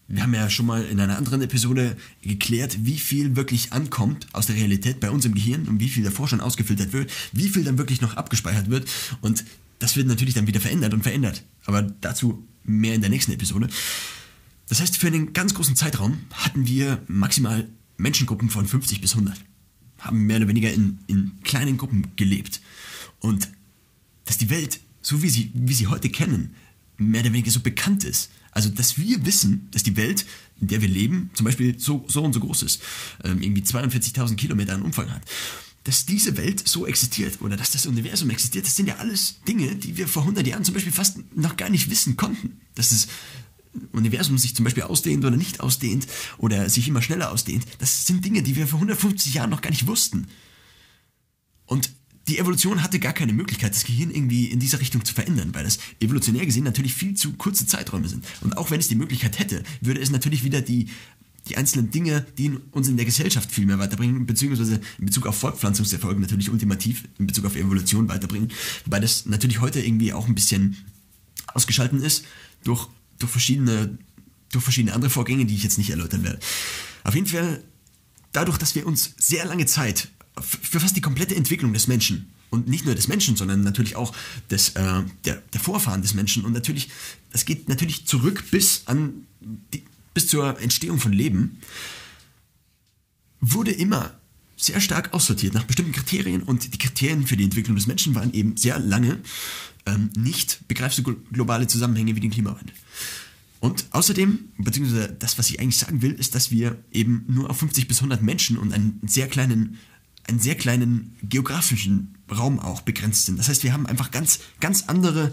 wir haben ja schon mal in einer anderen Episode geklärt, wie viel wirklich ankommt aus der Realität bei uns im Gehirn und wie viel davor schon ausgefiltert wird, wie viel dann wirklich noch abgespeichert wird. Und das wird natürlich dann wieder verändert und verändert. Aber dazu mehr in der nächsten Episode. Das heißt, für einen ganz großen Zeitraum hatten wir maximal Menschengruppen von 50 bis 100. Haben mehr oder weniger in kleinen Gruppen gelebt. Und dass die Welt, so wie sie heute kennen, mehr oder weniger so bekannt ist. Also, dass wir wissen, dass die Welt, in der wir leben, zum Beispiel so und so groß ist, irgendwie 42.000 Kilometer an Umfang hat. Dass diese Welt so existiert oder dass das Universum existiert, das sind ja alles Dinge, die wir vor 100 Jahren zum Beispiel fast noch gar nicht wissen konnten. Dass das Universum sich zum Beispiel ausdehnt oder nicht ausdehnt oder sich immer schneller ausdehnt, das sind Dinge, die wir vor 150 Jahren noch gar nicht wussten. Und die Evolution hatte gar keine Möglichkeit, das Gehirn irgendwie in dieser Richtung zu verändern, weil das evolutionär gesehen natürlich viel zu kurze Zeiträume sind. Und auch wenn es die Möglichkeit hätte, würde es natürlich wieder die einzelnen Dinge, die uns in der Gesellschaft viel mehr weiterbringen, beziehungsweise in Bezug auf Fortpflanzungserfolge natürlich ultimativ in Bezug auf Evolution weiterbringen, wobei das natürlich heute irgendwie auch ein bisschen ausgeschalten ist durch verschiedene andere Vorgänge, die ich jetzt nicht erläutern werde. Auf jeden Fall, dadurch, dass wir uns sehr lange Zeit für fast die komplette Entwicklung des Menschen und nicht nur des Menschen, sondern natürlich auch der Vorfahren des Menschen und natürlich, das geht natürlich zurück bis zur Entstehung von Leben, wurde immer sehr stark aussortiert nach bestimmten Kriterien und die Kriterien für die Entwicklung des Menschen waren eben sehr lange nicht begreifst du globale Zusammenhänge wie den Klimawandel. Und außerdem, beziehungsweise das, was ich eigentlich sagen will, ist, dass wir eben nur auf 50 bis 100 Menschen und einen sehr kleinen geografischen Raum auch begrenzt sind. Das heißt, wir haben einfach ganz andere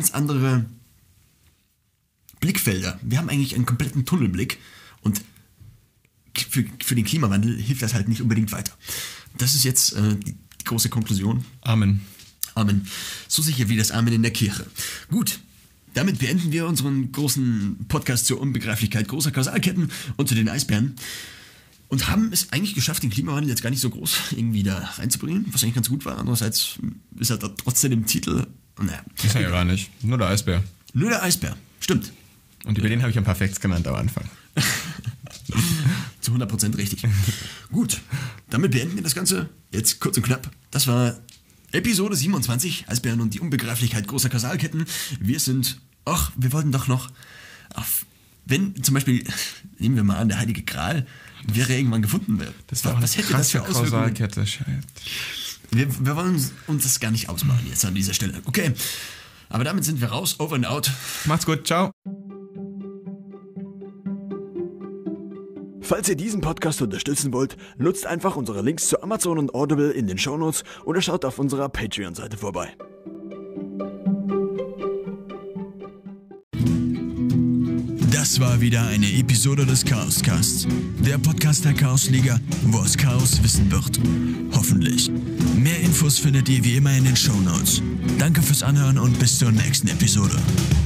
Blickfelder. Wir haben eigentlich einen kompletten Tunnelblick und für den Klimawandel hilft das halt nicht unbedingt weiter. Das ist jetzt die große Konklusion. Amen. Amen. So sicher wie das Amen in der Kirche. Gut. Damit beenden wir unseren großen Podcast zur Unbegreiflichkeit großer Kausalketten und zu den Eisbären und haben es eigentlich geschafft, den Klimawandel jetzt gar nicht so groß irgendwie da reinzubringen, was eigentlich ganz gut war. Andererseits ist er da trotzdem im Titel. Naja. Ist er ja gar nicht. Nur der Eisbär. Nur der Eisbär. Stimmt. Und über den habe ich ein paar Facts genannt am Anfang. Zu 100% richtig. Gut, damit beenden wir das Ganze jetzt kurz und knapp. Das war Episode 27, Eisbären und die Unbegreiflichkeit großer Kausalketten. Wir wollten doch noch, wenn zum Beispiel, nehmen wir mal an, der Heilige Gral wäre irgendwann gefunden werden. Was hätte das für Auswirkungen? Kausalkette, wir wollen uns das gar nicht ausmachen jetzt an dieser Stelle. Okay, aber damit sind wir raus, over and out. Macht's gut, ciao. Falls ihr diesen Podcast unterstützen wollt, nutzt einfach unsere Links zu Amazon und Audible in den Shownotes oder schaut auf unserer Patreon-Seite vorbei. Das war wieder eine Episode des Chaoscasts, der Podcast der Chaosliga, wo aus Chaos Wissen wird. Hoffentlich. Mehr Infos findet ihr wie immer in den Shownotes. Danke fürs Anhören und bis zur nächsten Episode.